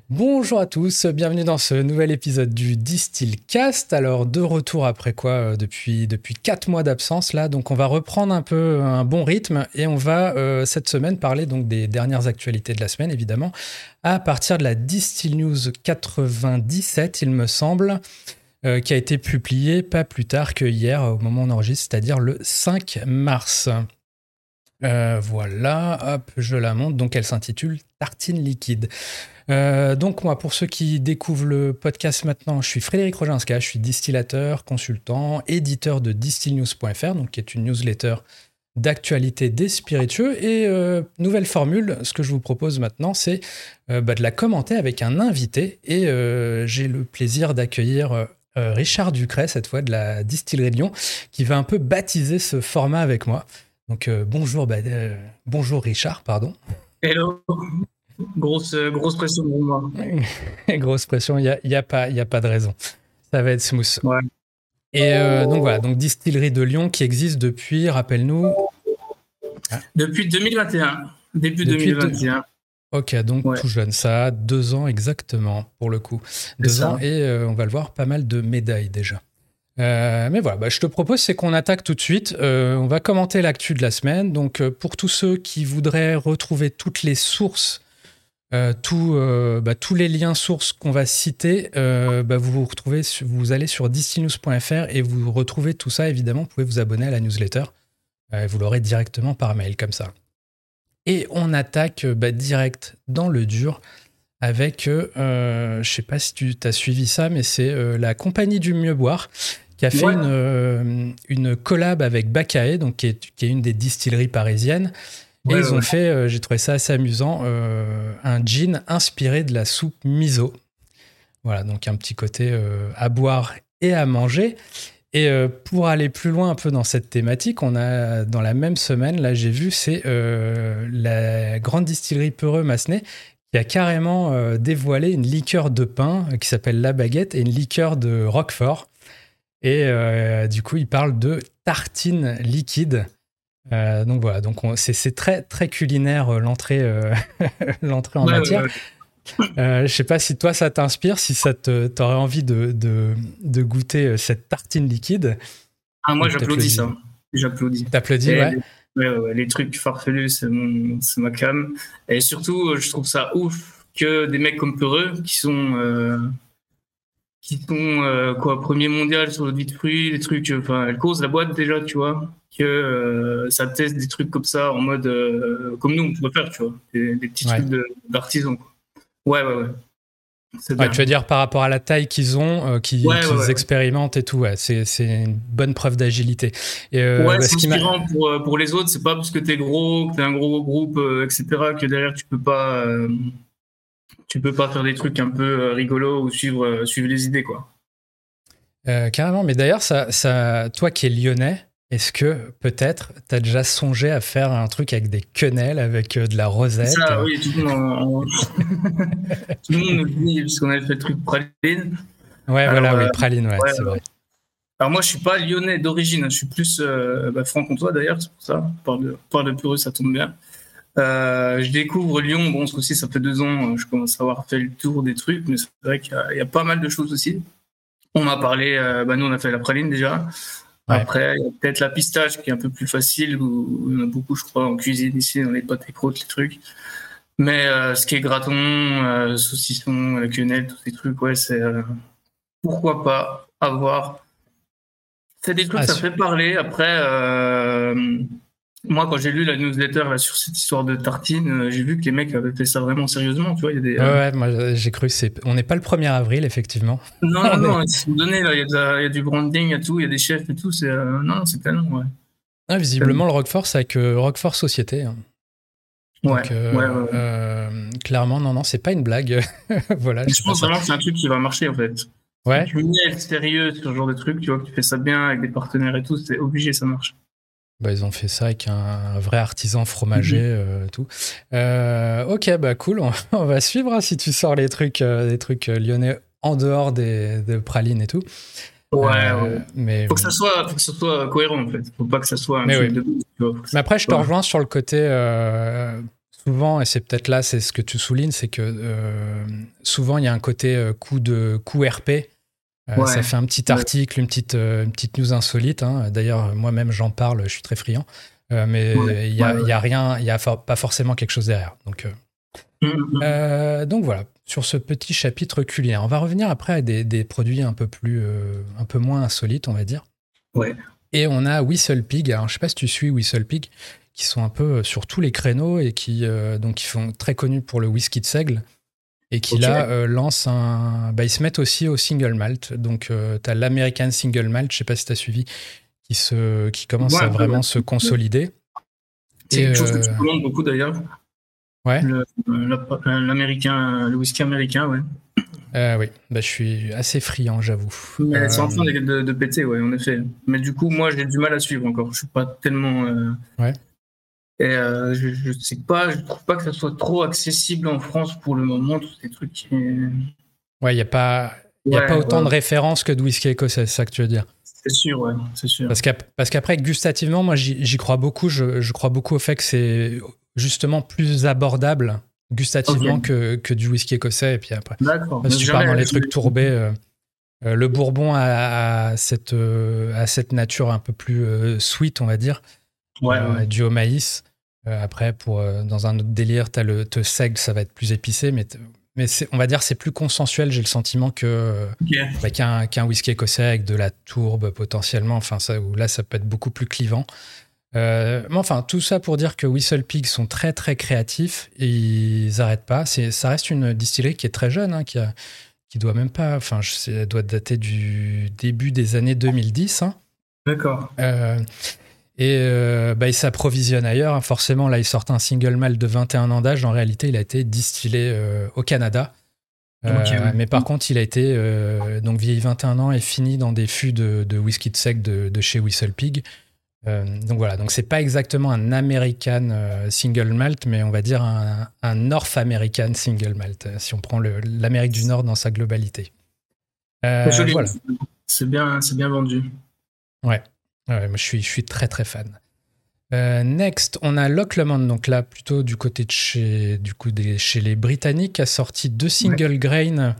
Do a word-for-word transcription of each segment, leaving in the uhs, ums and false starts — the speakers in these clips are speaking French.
Bonjour à tous, bienvenue dans ce nouvel épisode du Distillcast. Alors de retour après quoi euh, depuis depuis quatre mois d'absence là, donc on va reprendre un peu un bon rythme et on va euh, cette semaine parler donc des dernières actualités de la semaine évidemment à partir de la Distill News quatre-vingt-dix-sept il me semble, euh, qui a été publiée pas plus tard que hier au moment où on enregistre, c'est-à-dire le cinq mars. Euh, voilà, hop, je la montre. Donc elle s'intitule Tartine liquide. Euh, donc moi, pour ceux qui découvrent le podcast maintenant, je suis Frédéric Roginska, je suis distillateur, consultant, éditeur de distill news point f r, donc qui est une newsletter d'actualité des spiritueux. Et euh, nouvelle formule, ce que je vous propose maintenant, c'est euh, bah, de la commenter avec un invité. Et euh, j'ai le plaisir d'accueillir euh, Richard Ducret, cette fois de la Distillerie de Lyon, qui va un peu baptiser ce format avec moi. Donc euh, bonjour, bah, euh, bonjour Richard, pardon. Hello. Grosse, grosse pression pour moi. Grosse pression, il n'y a, y a, pas, y a pas de raison. Ça va être smooth. Ouais. Et euh, donc voilà, donc Distillerie de Lyon qui existe depuis, rappelle-nous... Ah. Depuis deux mille vingt et un. Début depuis deux mille vingt et un. Deux... Ok, donc ouais. Tout jeune. Ça a deux ans exactement, pour le coup. C'est deux ça. ans et euh, on va le voir, pas mal de médailles déjà. Euh, mais voilà, bah, je te propose, c'est qu'on attaque tout de suite. Euh, on va commenter l'actu de la semaine. Donc euh, pour tous ceux qui voudraient retrouver toutes les sources, Euh, tout, euh, bah, tous les liens sources qu'on va citer, euh, bah, vous, vous, retrouvez, vous allez sur distill news point f r et vous retrouvez tout ça, évidemment. Vous pouvez vous abonner à la newsletter. Euh, vous l'aurez directement par mail, comme ça. Et on attaque bah, direct dans le dur avec, euh, je ne sais pas si tu as suivi ça, mais c'est euh, la Compagnie du Mieux Boire qui a fait ouais. une, euh, une collab avec Baccae, donc qui est, qui est une des distilleries parisiennes. Et ouais, ils ont ouais. fait, euh, j'ai trouvé ça assez amusant, euh, un gin inspiré de la soupe miso. Voilà, donc un petit côté euh, à boire et à manger. Et euh, pour aller plus loin un peu dans cette thématique, on a dans la même semaine, là j'ai vu, c'est euh, la grande distillerie Peureux-Massenet qui a carrément euh, dévoilé une liqueur de pain qui s'appelle La Baguette et une liqueur de Roquefort. Et euh, du coup, ils parlent de tartine liquide. Euh, donc voilà, donc on, c'est, c'est très très culinaire euh, l'entrée euh, l'entrée en ouais, matière. Ouais, ouais. Euh, je sais pas si toi ça t'inspire, si ça te t'aurais envie de, de de goûter cette tartine liquide. Ah moi j'applaudis ça, j'applaudis. T'applaudis et ouais. Les, ouais, ouais. Les trucs farfelus c'est mon c'est ma cam et surtout je trouve ça ouf que des mecs comme Peureux qui sont euh, qui sont euh, quoi premier mondial sur le vie de fruits, des trucs, enfin elle cause la boîte déjà tu vois. Que euh, ça teste des trucs comme ça en mode euh, comme nous on pourrait faire tu vois des, des petits ouais. trucs de, d'artisans quoi. Ouais ouais ouais. C'est ouais tu veux dire par rapport à la taille qu'ils ont, euh, qu'ils, ouais, qu'ils ouais, ouais. expérimentent et tout, ouais, c'est c'est une bonne preuve d'agilité. Et euh, ouais, bah, c'est inspirant pour pour les autres. C'est pas parce que t'es gros, que t'es un gros groupe, euh, et cetera que derrière tu peux pas euh, tu peux pas faire des trucs un peu euh, rigolos ou suivre euh, suivre les idées quoi. Euh, carrément, mais d'ailleurs ça ça toi qui es lyonnais. Est-ce que, peut-être, tu as déjà songé à faire un truc avec des quenelles, avec euh, de la rosette? Ça, oui, tout le monde, en... tout le monde nous dit, parce qu'on avait fait le truc praline. Ouais, alors, voilà, euh, oui, praline, ouais, ouais c'est euh... vrai. Alors moi, je suis pas lyonnais d'origine, je suis plus euh, bah, franc-comtois d'ailleurs, c'est pour ça. On parle de, parle de Peureux, ça tombe bien. Euh, je découvre Lyon, bon, ce aussi, ça fait deux ans, je commence à avoir fait le tour des trucs, mais c'est vrai qu'il y a, il y a pas mal de choses aussi. On m'a parlé, euh, bah, nous, on a fait la praline déjà. Ouais. Après, il y a peut-être la pistache qui est un peu plus facile, où il y en a beaucoup, je crois, en cuisine ici, dans les pâtes et croûtes, les trucs. Mais euh, ce qui est graton, euh, saucisson, la quenelle, tous ces trucs, ouais, c'est euh, pourquoi pas avoir. C'est des trucs, ah, ça sûr. fait parler. Après, euh, moi, quand j'ai lu la newsletter là, sur cette histoire de tartine, j'ai vu que les mecs avaient fait ça vraiment sérieusement, tu vois. Il y a des. Ouais, euh... ouais, moi j'ai cru. C'est... On n'est pas le premier avril, effectivement. Non, non, non. Est... Donné, là, il y a, de, il y a du branding, il y a tout, il y a des chefs et tout. C'est euh... non, c'est canon, ouais. Ah, visiblement, le Roquefort, c'est avec euh, Roquefort Société. Hein. Ouais, Donc, euh, ouais, ouais, ouais. Euh, clairement, non, non, c'est pas une blague. Voilà. Je, je pense vraiment que c'est un truc qui va marcher, en fait. Ouais. Si tu es sérieux sur ce genre de truc, tu vois, que tu fais ça bien avec des partenaires et tout, c'est obligé, ça marche. Bah, ils ont fait ça avec un, un vrai artisan fromager, mm-hmm. euh, tout. Euh, ok, bah cool, on, on va suivre hein, si tu sors les trucs, euh, des trucs lyonnais en dehors des, des pralines et tout. Ouais, euh, ouais. Mais faut que ça soit, faut que ça soit cohérent en fait. Faut pas que ça soit un mais truc oui. de. Tu vois, mais après, je te ouais. rejoins sur le côté. Euh, souvent, et c'est peut-être là, c'est ce que tu soulignes, c'est que euh, souvent il y a un côté euh, coup de coup R P. Euh, ouais. Ça fait un petit article, une petite, euh, une petite news insolite. Hein. D'ailleurs, moi-même, j'en parle, je suis très friand. Euh, mais il ouais. y a, ouais, ouais. y a rien, il y a for- pas forcément quelque chose derrière. Donc, euh, mm-hmm. euh, donc voilà, sur ce petit chapitre culinaire. On va revenir après à des, des produits un peu plus, euh, un peu moins insolites, on va dire. Ouais. Et on a Whistle Pig. Alors, je sais pas si tu suis Whistle Pig, qui sont un peu sur tous les créneaux et qui, euh, donc, qui sont très connus pour le whisky de seigle. Et qui okay. là euh, lance un. Bah, ils se mettent aussi au single malt. Donc, euh, tu as l'American Single Malt, je sais pas si tu as suivi, qui, se, qui commence ouais, à vraiment ouais. se consolider. C'est quelque euh... chose que tu commandes beaucoup d'ailleurs. Ouais. Le, l'américain, le whisky américain, ouais. Euh, oui, bah, je suis assez friand, j'avoue. Mais euh... c'est en train de, de, de péter, ouais, en effet. Mais du coup, moi, j'ai du mal à suivre encore. Je suis pas tellement. Euh... Ouais. Et euh, je, je sais pas, je trouve pas que ça soit trop accessible en France pour le moment, tous ces trucs. Qui... Ouais, il n'y a pas, y a ouais, pas autant ouais. de références que de whisky écossais, c'est ça que tu veux dire. C'est sûr, ouais, c'est sûr. Parce, qu'ap- parce qu'après, gustativement, moi, j'y, j'y crois beaucoup. Je, je crois beaucoup au fait que c'est justement plus abordable gustativement okay. que, que du whisky écossais. Et puis après, D'accord. si tu pars dans les trucs tourbés, euh, euh, le bourbon a, a, cette, euh, a cette nature un peu plus euh, sweet, on va dire. Ouais, euh, ouais. Dû au maïs. Euh, après, pour, euh, dans un autre délire, tu as le te seigle, ça va être plus épicé, mais, mais c'est, on va dire c'est plus consensuel. J'ai le sentiment que, okay. bah, qu'un, qu'un whisky écossais avec de la tourbe potentiellement, enfin, ça, où là, ça peut être beaucoup plus clivant. Euh, mais enfin, tout ça pour dire que Whistle Pig sont très, très créatifs et ils n'arrêtent pas. C'est, ça reste une distillerie qui est très jeune, hein, qui, a, qui doit même pas, enfin, je sais, elle doit dater du début des années deux mille dix. Hein. D'accord. Euh, Et euh, bah, ils s'approvisionnent ailleurs. Forcément, là, ils sortent un single malt de vingt et un ans d'âge. En réalité, il a été distillé euh, au Canada. Euh, okay, ouais. Mais par contre, il a été euh, donc vieilli vingt et un ans et fini dans des fûts de, de whisky de seigle de, de chez Whistle Pig. Euh, donc voilà, donc c'est pas exactement un American euh, single malt, mais on va dire un, un North American single malt, si on prend le, l'Amérique du Nord dans sa globalité. Euh, c'est, voilà. c'est, bien, c'est bien vendu. Ouais. Ouais, moi je suis, je suis très très fan. Euh, next, on a Loch Lomond, donc là plutôt du côté de chez, du coup des, chez les Britanniques, a sorti deux single ouais. grain,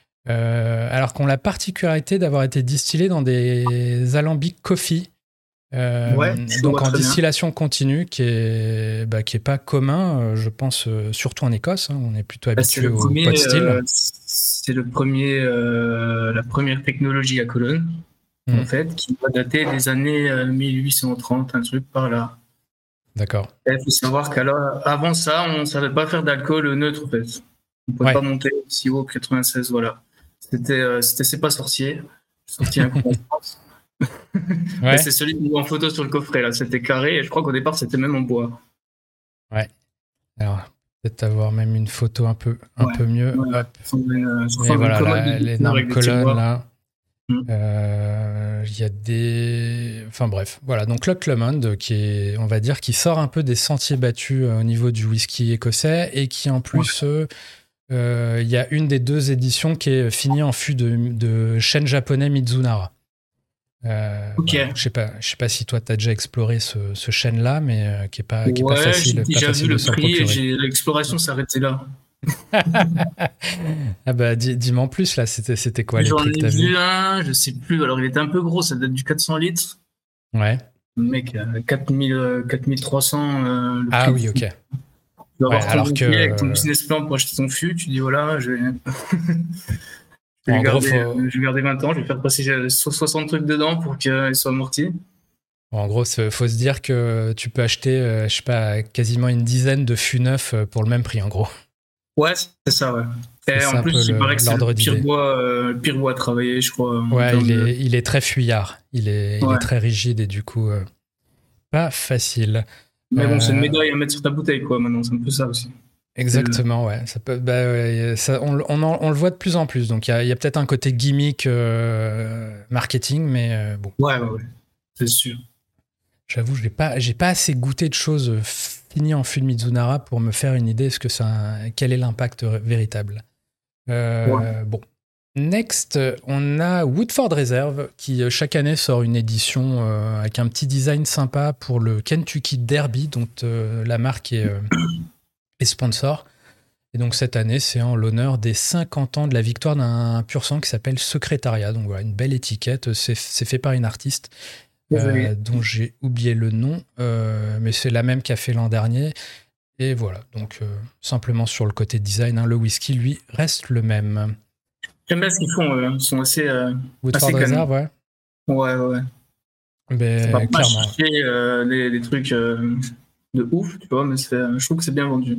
euh, alors qu'on a la particularité d'avoir été distillé dans des alambics coffee, euh, ouais, donc en distillation bien. continue, qui est, bah, qui est pas commun, euh, je pense, euh, surtout en Écosse. Hein, on est plutôt bah, habitué au pot still. Euh, c'est le premier, euh, la première technologie à Cologne. Mmh. En fait, qui va dater des années euh, mille huit cent trente, un truc par là. D'accord. Il faut savoir qu'avant ça, on ne savait pas faire d'alcool neutre, en fait. On ne pouvait ouais. pas monter aussi haut que quatre-vingt-seize, voilà. C'était, euh, c'était C'est pas sorcier. J'ai sorti un coup en France. Ouais. C'est celui qui est en photo sur le coffret, là. C'était carré, et je crois qu'au départ, c'était même en bois. Ouais. Alors, peut-être avoir même une photo un peu, un ouais. peu mieux. Ouais. Hop. Une, et voilà, la, l'énorme colonne, là. Il euh, y a des... Enfin bref, voilà. Donc Loch Lomond, qui est, on va dire, qui sort un peu des sentiers battus au niveau du whisky écossais et qui en plus, il ouais. euh, y a une des deux éditions qui est finie en fût de, de chêne japonais Mizunara. Euh, ok. Voilà, je sais pas, je sais pas si toi t'as déjà exploré ce, ce chêne-là, mais euh, qui est pas, qui est ouais, pas facile. J'ai déjà vu le prix et j'ai... l'exploration s'arrêtait là. Ah bah dis, dis-moi en plus là, c'était, c'était quoi les J'en prix que t'as vu? J'en ai vu un, je sais plus, alors il était un peu gros, ça date du quatre cents litres. Ouais. Le mec, quatre mille, quatre mille trois cents. Euh, le ah oui, ok. Tu dois ouais, avoir alors ton que... avec ton business plan pour acheter ton fût, tu dis voilà, je vais, je vais, en garder, gros, faut... je vais garder vingt ans, je vais faire passer soixante trucs dedans pour qu'il soit amorti. En gros, il faut se dire que tu peux acheter, euh, je sais pas, quasiment une dizaine de fûts neufs pour le même prix, en gros. Ouais, c'est ça, ouais. Et c'est en plus, il paraît que c'est le pire, bois, euh, le pire bois à travailler, je crois. Ouais, il est, de... il est très fuyard. Il est, ouais. il est très rigide et du coup, euh, pas facile. Mais bon, euh... c'est une médaille à mettre sur ta bouteille, quoi, maintenant. C'est un peu ça aussi. Exactement, ouais. Ça peut, bah, ouais ça, on, on, en, on le voit de plus en plus. Donc, il y, y a peut-être un côté gimmick euh, marketing, mais euh, bon. Ouais, ouais, ouais. C'est sûr. J'avoue, je n'ai pas, j'ai pas assez goûté de choses finies en fût de Mizunara pour me faire une idée de ce que ça, quel est l'impact véritable. Euh, ouais. Bon. Next, on a Woodford Reserve qui chaque année sort une édition euh, avec un petit design sympa pour le Kentucky Derby, dont euh, la marque est, euh, et sponsor. Et donc cette année, c'est en l'honneur des cinquante ans de la victoire d'un pur sang qui s'appelle Secrétariat. Donc voilà, une belle étiquette. C'est, c'est fait par une artiste euh, dont j'ai oublié le nom, euh, mais c'est la même qu'a fait l'an dernier. Et voilà, donc euh, simplement sur le côté design, hein, le whisky, lui, reste le même. J'aime bien ce qu'ils font, euh, ils sont assez... Euh, Woodford Reserve, ouais. Ouais, ouais. Ben, ça va pas clairement. chercher euh, des, des trucs euh, de ouf, tu vois, mais c'est, je trouve que c'est bien vendu.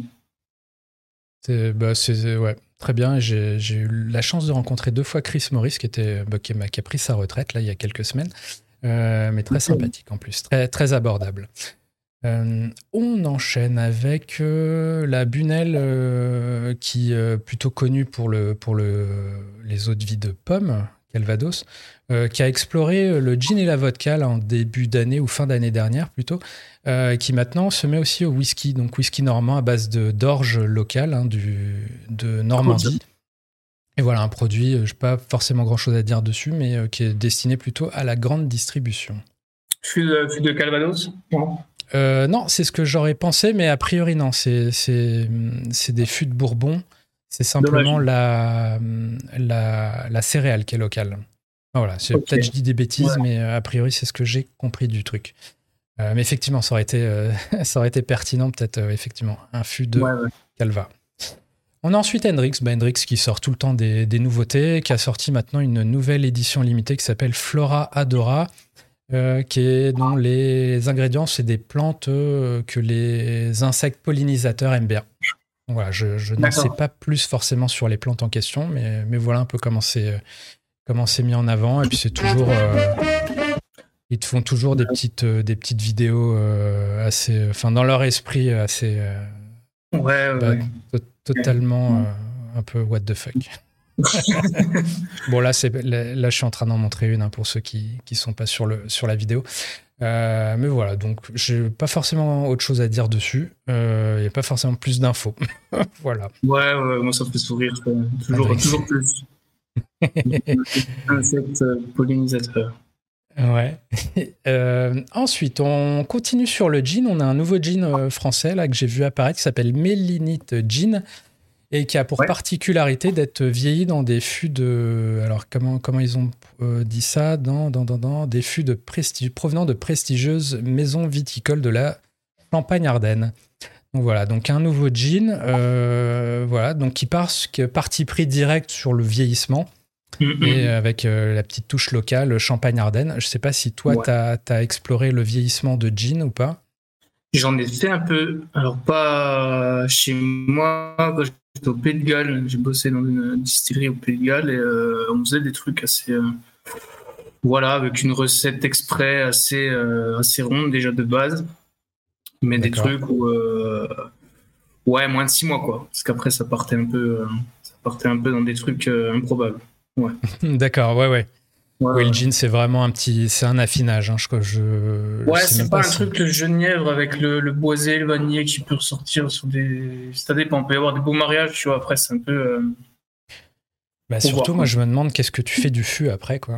C'est, bah, c'est ouais, très bien. J'ai, j'ai eu la chance de rencontrer deux fois Chris Morris, qui, était, bah, qui, a, qui a pris sa retraite là, il y a quelques semaines, euh, mais très sympathique en plus, très, très abordable. Euh, on enchaîne avec euh, la Bunel, euh, qui est euh, plutôt connue pour, le, pour le, les eaux de vie de pomme, Calvados, euh, qui a exploré le gin et la vodka là, en début d'année ou fin d'année dernière plutôt, euh, qui maintenant se met aussi au whisky, donc whisky normand à base de, d'orge locale hein, du, de Normandie. Et voilà, un produit, je n'ai pas forcément grand-chose à dire dessus, mais euh, qui est destiné plutôt à la grande distribution. Fût de, fût de Calvados ? Non. Euh, non, c'est ce que j'aurais pensé, mais a priori non, c'est, c'est, c'est des fûts de Bourbon, c'est simplement la, la, la céréale qui est locale. Voilà, c'est, okay. Peut-être je dis des bêtises, ouais. mais a priori c'est ce que j'ai compris du truc. Euh, mais effectivement, ça aurait été, euh, ça aurait été pertinent, peut-être euh, effectivement, un fût de ouais, ouais. Calva. On a ensuite Hendrix, bah Hendrix qui sort tout le temps des, des nouveautés, qui a sorti maintenant une nouvelle édition limitée qui s'appelle Flora Adora. Euh, qui est, dont les ingrédients, c'est des plantes euh, que les insectes pollinisateurs aiment bien. Donc voilà, je, je n'en sais pas plus forcément sur les plantes en question, mais, mais voilà un peu comment c'est, comment c'est mis en avant. Et puis c'est toujours... Euh, ils te font toujours des petites, euh, des petites vidéos euh, assez... Enfin, dans leur esprit, assez... Euh, ouais, ouais, bah, ouais. To- totalement euh, un peu what the fuck. Bon là, c'est, là, là, je suis en train d'en montrer une hein, pour ceux qui qui sont pas sur le sur la vidéo. Euh, mais voilà, donc j'ai pas forcément autre chose à dire dessus. Il euh, y a pas forcément plus d'infos. Voilà. Ouais, ouais, moi ça me fait sourire. Toujours, ah, toujours plus. Insecte pollinisateur. Ouais. Euh, ensuite, on continue sur le gin. On a un nouveau gin euh, français là que j'ai vu apparaître qui s'appelle Mélinite Gin. Et qui a pour ouais. particularité d'être vieilli dans des fûts de... Alors, comment, comment ils ont euh, dit ça dans, dans, dans, dans des fûts de presti... provenant de prestigieuses maisons viticoles de la Champagne-Ardenne. Donc voilà, donc un nouveau gin, euh, voilà, donc qui part qui parti pris direct sur le vieillissement, mm-hmm. et avec euh, la petite touche locale Champagne-Ardenne. Je ne sais pas si toi, ouais. tu as exploré le vieillissement de gin ou pas. J'en ai fait un peu, alors pas chez moi, quand j'étais au Pays de Galles, j'ai bossé dans une distillerie au Pays de Galles et euh, on faisait des trucs assez, euh, voilà, avec une recette exprès assez, euh, assez ronde déjà de base, mais D'accord. des trucs où, euh, ouais, moins de six mois quoi, parce qu'après ça partait un peu, euh, ça partait un peu dans des trucs euh, improbables. Ouais. D'accord, ouais, ouais. Ouais, oui, ouais. le gin, c'est vraiment un petit... C'est un affinage. Hein, je, je, ouais, je c'est pas, pas un si... truc, le genièvre avec le, le boisé, le vanillé qui peut ressortir sur des... Ça dépend, on peut y avoir des beaux mariages, tu vois, après, c'est un peu... Euh... Bah, surtout, voir, moi, je me demande qu'est-ce que tu fais du fût après, quoi.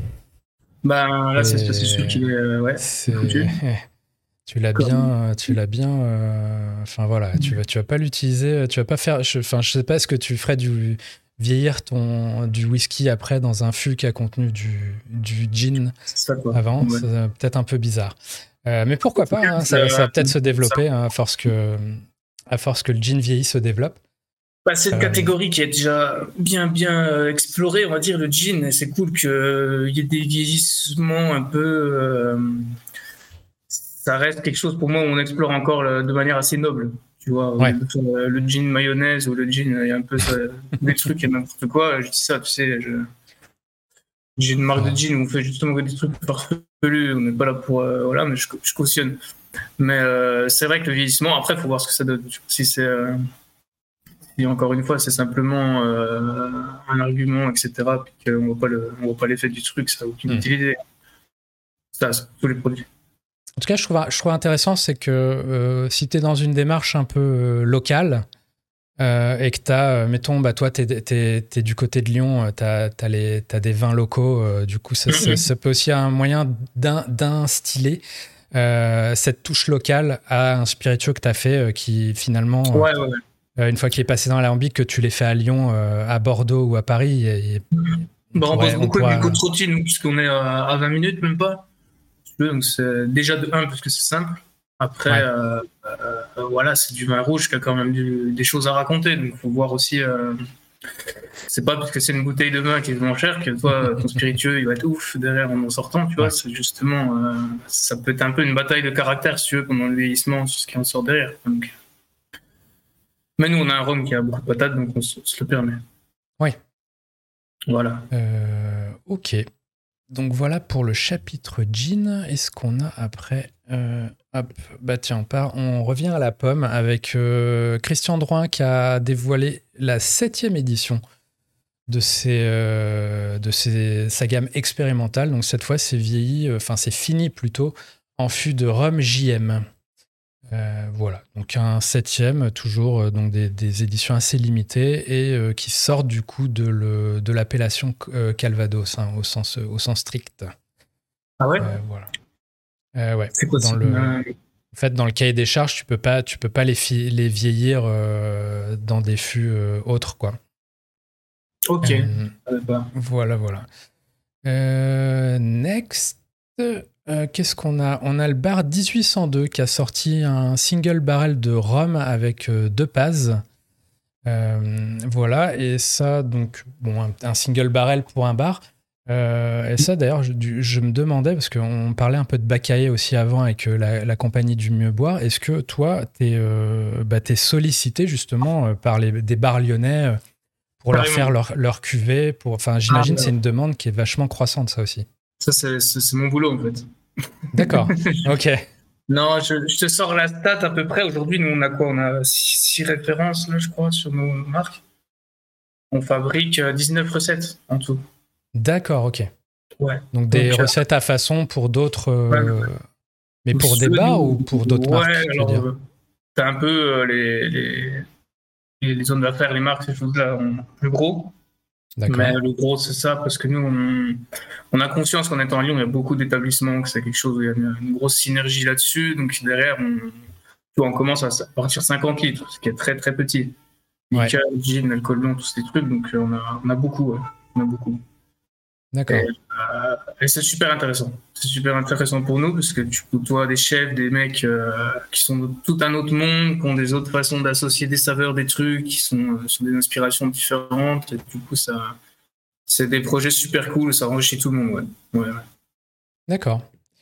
Ben, là, Et... c'est, c'est sûr qu'il est... Euh, ouais, c'est... Tu l'as Comme... bien... Tu l'as bien... Enfin, euh... voilà, tu vas, tu vas pas l'utiliser... Tu vas pas faire... Enfin, je, je sais pas, est-ce que tu ferais du... vieillir ton, du whisky après dans un fût qui a contenu du, du gin ça, avant, ouais. c'est peut-être un peu bizarre. Euh, mais pourquoi pas, hein, ça, ça va peut-être se développer hein, à, force que, à force que le gin vieillit se développe. Bah, c'est une euh... catégorie qui est déjà bien, bien explorée, on va dire, le gin. Et c'est cool qu'il euh, y ait des vieillissements un peu... Euh, ça reste quelque chose pour moi où on explore encore le, de manière assez noble. Tu vois, ouais. le, le gin mayonnaise ou le gin, il y a un peu ça, des trucs, il y a n'importe quoi. Je dis ça, tu sais, je... j'ai une marque ouais. de gin où on fait justement des trucs farfelus, on n'est pas là pour. Euh, voilà, mais je, je cautionne. Mais euh, c'est vrai que le vieillissement, après, il faut voir ce que ça donne. Tu vois, si c'est. Euh, si encore une fois, c'est simplement euh, un argument, et cetera, puis qu'on ne voit pas l'effet du truc, ça n'a aucune mmh. utilité. Ça, c'est tous les produits. En tout cas, je trouve, je trouve intéressant, c'est que euh, si tu es dans une démarche un peu euh, locale euh, et que tu as, euh, mettons, bah, toi, tu es du côté de Lyon, tu as des vins locaux, euh, du coup, ça, ça, ça peut aussi être un moyen d'instiller euh, cette touche locale à un spiritueux que tu as fait, euh, qui finalement, ouais, ouais, ouais. Euh, une fois qu'il est passé dans l'alambic, que tu l'aies fait à Lyon, euh, à Bordeaux ou à Paris, et, et on, bah, on pourrait, bosse beaucoup on pourra... avec du Côte-Rôti, nous, puisqu'on est à, à vingt minutes, même pas. Donc c'est déjà de un, parce que c'est simple. Après, ouais. euh, euh, voilà, c'est du vin rouge qui a quand même du, des choses à raconter. Donc il faut voir aussi... Euh, c'est pas parce que c'est une bouteille de vin qui est vraiment chère que toi, ton spiritueux, il va être ouf derrière en en sortant, tu vois. Ouais. C'est justement... Euh, ça peut être un peu une bataille de caractère, si tu veux, pendant le vieillissement, sur ce qui en sort derrière. Donc... Mais nous, on a un rhum qui a beaucoup de patates, donc on se, se le permet. Oui. Voilà. Euh, ok. Donc voilà pour le chapitre gin. Est-ce qu'on a après euh, hop, bah tiens, on part. On revient à la pomme avec euh, Christian Drouin qui a dévoilé la septième édition de, ses, euh, de ses, sa gamme expérimentale. Donc cette fois, c'est vieilli, enfin euh, c'est fini plutôt en fût de rhum J M. Euh, voilà, donc un septième, toujours euh, donc des, des éditions assez limitées et euh, qui sortent du coup de, le, de l'appellation euh, Calvados, hein, au, sens, au sens strict. Ah ouais euh, Voilà. Euh, ouais. C'est possible. Dans le, en fait, dans le cahier des charges, tu peux pas, tu peux pas les, fi- les vieillir euh, dans des fûts euh, autres, quoi. Ok. Euh, euh, bah. Voilà, voilà. Euh, next... Euh, qu'est-ce qu'on a ? On a le bar dix-huit cent deux qui a sorti un single barrel de rhum avec euh, deux phases. Euh, voilà, et ça, donc, bon, un, un single barrel pour un bar. Euh, et ça, d'ailleurs, je, je me demandais, parce qu'on parlait un peu de Baccaé aussi avant avec euh, la, la compagnie du Mieux Boire, est-ce que toi, t'es, euh, bah, t'es sollicité justement euh, par les, des bars lyonnais euh, pour leur faire leur, leur cuvée pour, enfin, j'imagine que ah, c'est une demande qui est vachement croissante, ça aussi. Ça, c'est, c'est, c'est mon boulot, en fait. D'accord, ok. Non, je, je te sors la stat à peu près. Aujourd'hui, nous, on a quoi ? On a six références, là, je crois, sur nos marques. On fabrique dix-neuf recettes en tout. D'accord, ok. Ouais. Donc, des Donc, recettes à façon pour d'autres... Euh... Ouais. Mais pour des bars ou pour d'autres ouais, marques, alors, dire euh, t'as un peu euh, les, les, les zones d'affaires, les marques, ces choses-là, ont plus gros. D'accord. Mais le gros, c'est ça, parce que nous, on, on a conscience qu'en étant à Lyon, il y a beaucoup d'établissements, que c'est quelque chose où il y a une, une grosse synergie là-dessus. Donc derrière, on, tu vois, on commence à partir cinquante litres, ce qui est très très petit. Liqueur, ouais. Gin, alcool blanc, tous ces trucs. Donc on a, on a beaucoup, ouais. On a beaucoup. D'accord. Et, euh, et c'est super intéressant. C'est super intéressant pour nous parce que tu côtoies des chefs, des mecs euh, qui sont de tout un autre monde, qui ont des autres façons d'associer des saveurs, des trucs, qui sont euh, sur des inspirations différentes. Et du coup, ça, c'est des projets super cool. Ça enrichit tout le monde. Ouais. Ouais, ouais. D'accord.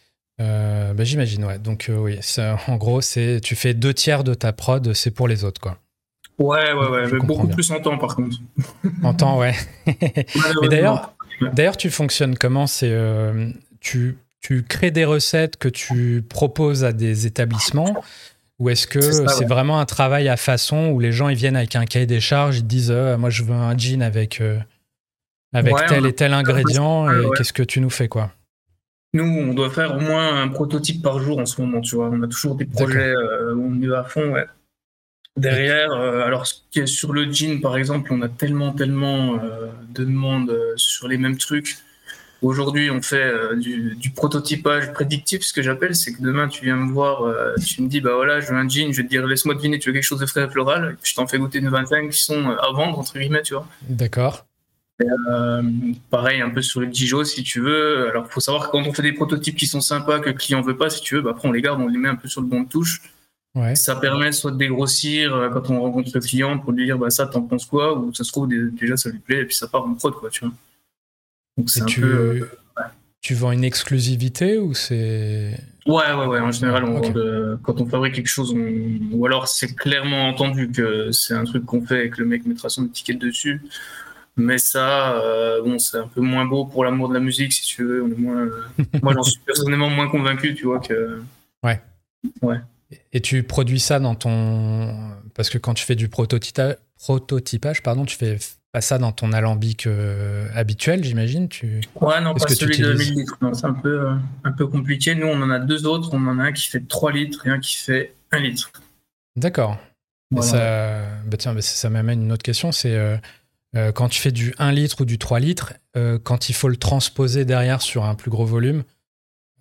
Euh, bah, j'imagine, ouais. Donc euh, oui, ça, en gros, c'est tu fais deux tiers de ta prod, c'est pour les autres, quoi. Ouais, ouais, ouais. Mais beaucoup bien. Plus en temps, par contre. En temps, ouais. Mais d'ailleurs. D'ailleurs, tu fonctionnes comment ? C'est euh, tu, tu crées des recettes que tu proposes à des établissements ou est-ce que c'est, ça, c'est ouais. vraiment un travail à façon où les gens ils viennent avec un cahier des charges, ils te disent euh, moi je veux un gin avec, euh, avec ouais, tel et tel ingrédient et ouais. qu'est-ce que tu nous fais quoi ? Nous, on doit faire au moins un prototype par jour en ce moment, tu vois. On a toujours des projets euh, où on y va à fond, ouais. Derrière, euh, alors sur le gin par exemple, on a tellement tellement euh, de demandes euh, sur les mêmes trucs. Aujourd'hui, on fait euh, du, du prototypage prédictif, ce que j'appelle, c'est que demain tu viens me voir, euh, tu me dis bah voilà, je veux un gin, je vais te dire laisse-moi deviner, tu veux quelque chose de frais et floral, je t'en fais goûter une vingtaine qui sont à vendre entre guillemets, tu vois. D'accord. Et, euh, pareil un peu sur le Dijon si tu veux. Alors faut savoir que quand on fait des prototypes qui sont sympas, que le client veut pas, si tu veux, bah après on les garde, on les met un peu sur le banc de touche. Ouais. Ça permet soit de dégrossir euh, quand on rencontre le client pour lui dire bah ça t'en penses quoi, ou ça se trouve déjà ça lui plaît et puis ça part en prod quoi, tu vois. Donc c'est et un tu, peu euh, ouais. Tu vends une exclusivité ou c'est ouais ouais ouais en général on okay. vend de, quand on fabrique quelque chose on, ou alors c'est clairement entendu que c'est un truc qu'on fait et que le mec mettra son étiquette dessus. Mais ça euh, bon c'est un peu moins beau pour l'amour de la musique si tu veux. On est moins, euh, moi j'en suis personnellement moins convaincu tu vois que ouais ouais. Et tu produis ça dans ton... Parce que quand tu fais du prototypa... prototypage, pardon, tu fais pas ça dans ton alambic euh, habituel, j'imagine tu... Ouais, non, Qu'est-ce pas celui de mille litres. Non, c'est un peu, euh, un peu compliqué. Nous, on en a deux autres. On en a un qui fait trois litres et un qui fait un litre. D'accord. Voilà. Ça... Bah, tiens, bah, ça m'amène une autre question. C'est euh, euh, quand tu fais du un litre ou du trois litres, euh, quand il faut le transposer derrière sur un plus gros volume,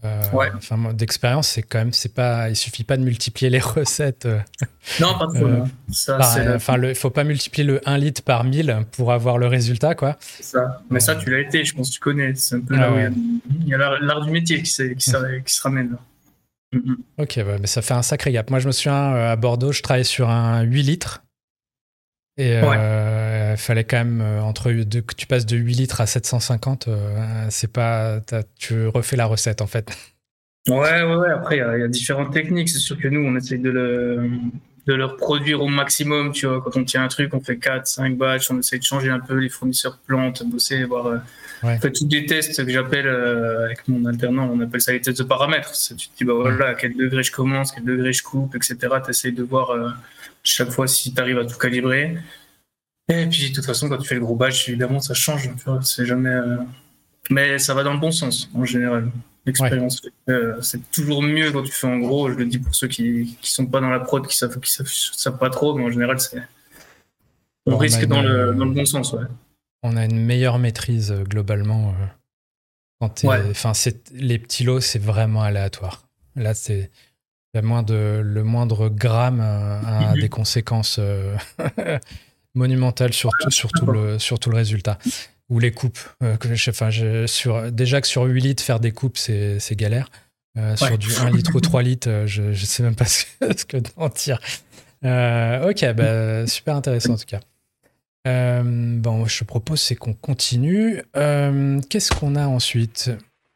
Euh, Ouais. Enfin, moi, d'expérience, c'est quand même, c'est pas, il suffit pas de multiplier les recettes. euh, Non, pas trop, euh, non. Ça, par- c'est le- enfin, le, faut pas multiplier le un litre par mille pour avoir le résultat, quoi. c'est ça. Mais ça, tu l'as été, je pense que tu connais. C'est un peu Ah là où il y a, ouais. il y a l'art, l'art du métier qui, s'est- qui, s'est- qui se ramène. Là. Mhm. Ok, ouais, mais ça fait un sacré gap. Moi, je me souviens, euh, à Bordeaux, je travaillais sur un huit litres. Et Ouais. euh, il fallait quand même, euh, entre deux, que tu passes de huit litres à sept cent cinquante, euh, c'est pas, t'as- tu refais la recette, en fait. Ouais, ouais, ouais. Après, il y, a- il y a différentes techniques. C'est sûr que nous, on essaye de le, de le reproduire au maximum. Tu vois, quand on tient un truc, on fait quatre, cinq batchs. On essaye de changer un peu les fournisseurs plantes, bosser, voir. euh, Ouais. On fait tous des tests que j'appelle, euh, avec mon alternant, on appelle ça les tests de paramètres. C'est, tu te dis, bah voilà, à quel degré je commence, quel degré je coupe, et cetera. Tu essayes de voir euh, chaque fois si tu arrives à tout calibrer. Et puis, de toute façon, quand tu fais le gros batch, évidemment, ça change. Tu vois, c'est jamais. euh, Mais ça va dans le bon sens, en général. L'expérience, euh, c'est toujours mieux quand tu fais en gros. Je le dis pour ceux qui qui sont pas dans la prod, qui savent, qui savent, savent pas trop, mais en général, c'est on Bon, on a risque une, dans le euh, dans le bon sens, ouais. on a une meilleure maîtrise, euh, globalement. euh, quand t'es- Ouais. Enfin, c'est, les petits lots, c'est vraiment aléatoire. Là, c'est le moindre, le moindre gramme euh, a des conséquences euh, monumentales sur, tout- sur, tout le, sur tout le résultat. Ou les coupes. Euh, que je- enfin, je- sur, déjà que sur huit litres, faire des coupes, c'est, c'est galère. Euh, sur Ouais. du un litre ou trois litres, euh, je ne sais même pas ce que, ce que d'en dire. Euh, ok, bah, super intéressant en tout cas. Euh, bon, je te propose, c'est qu'on continue. Euh, qu'est-ce qu'on a ensuite?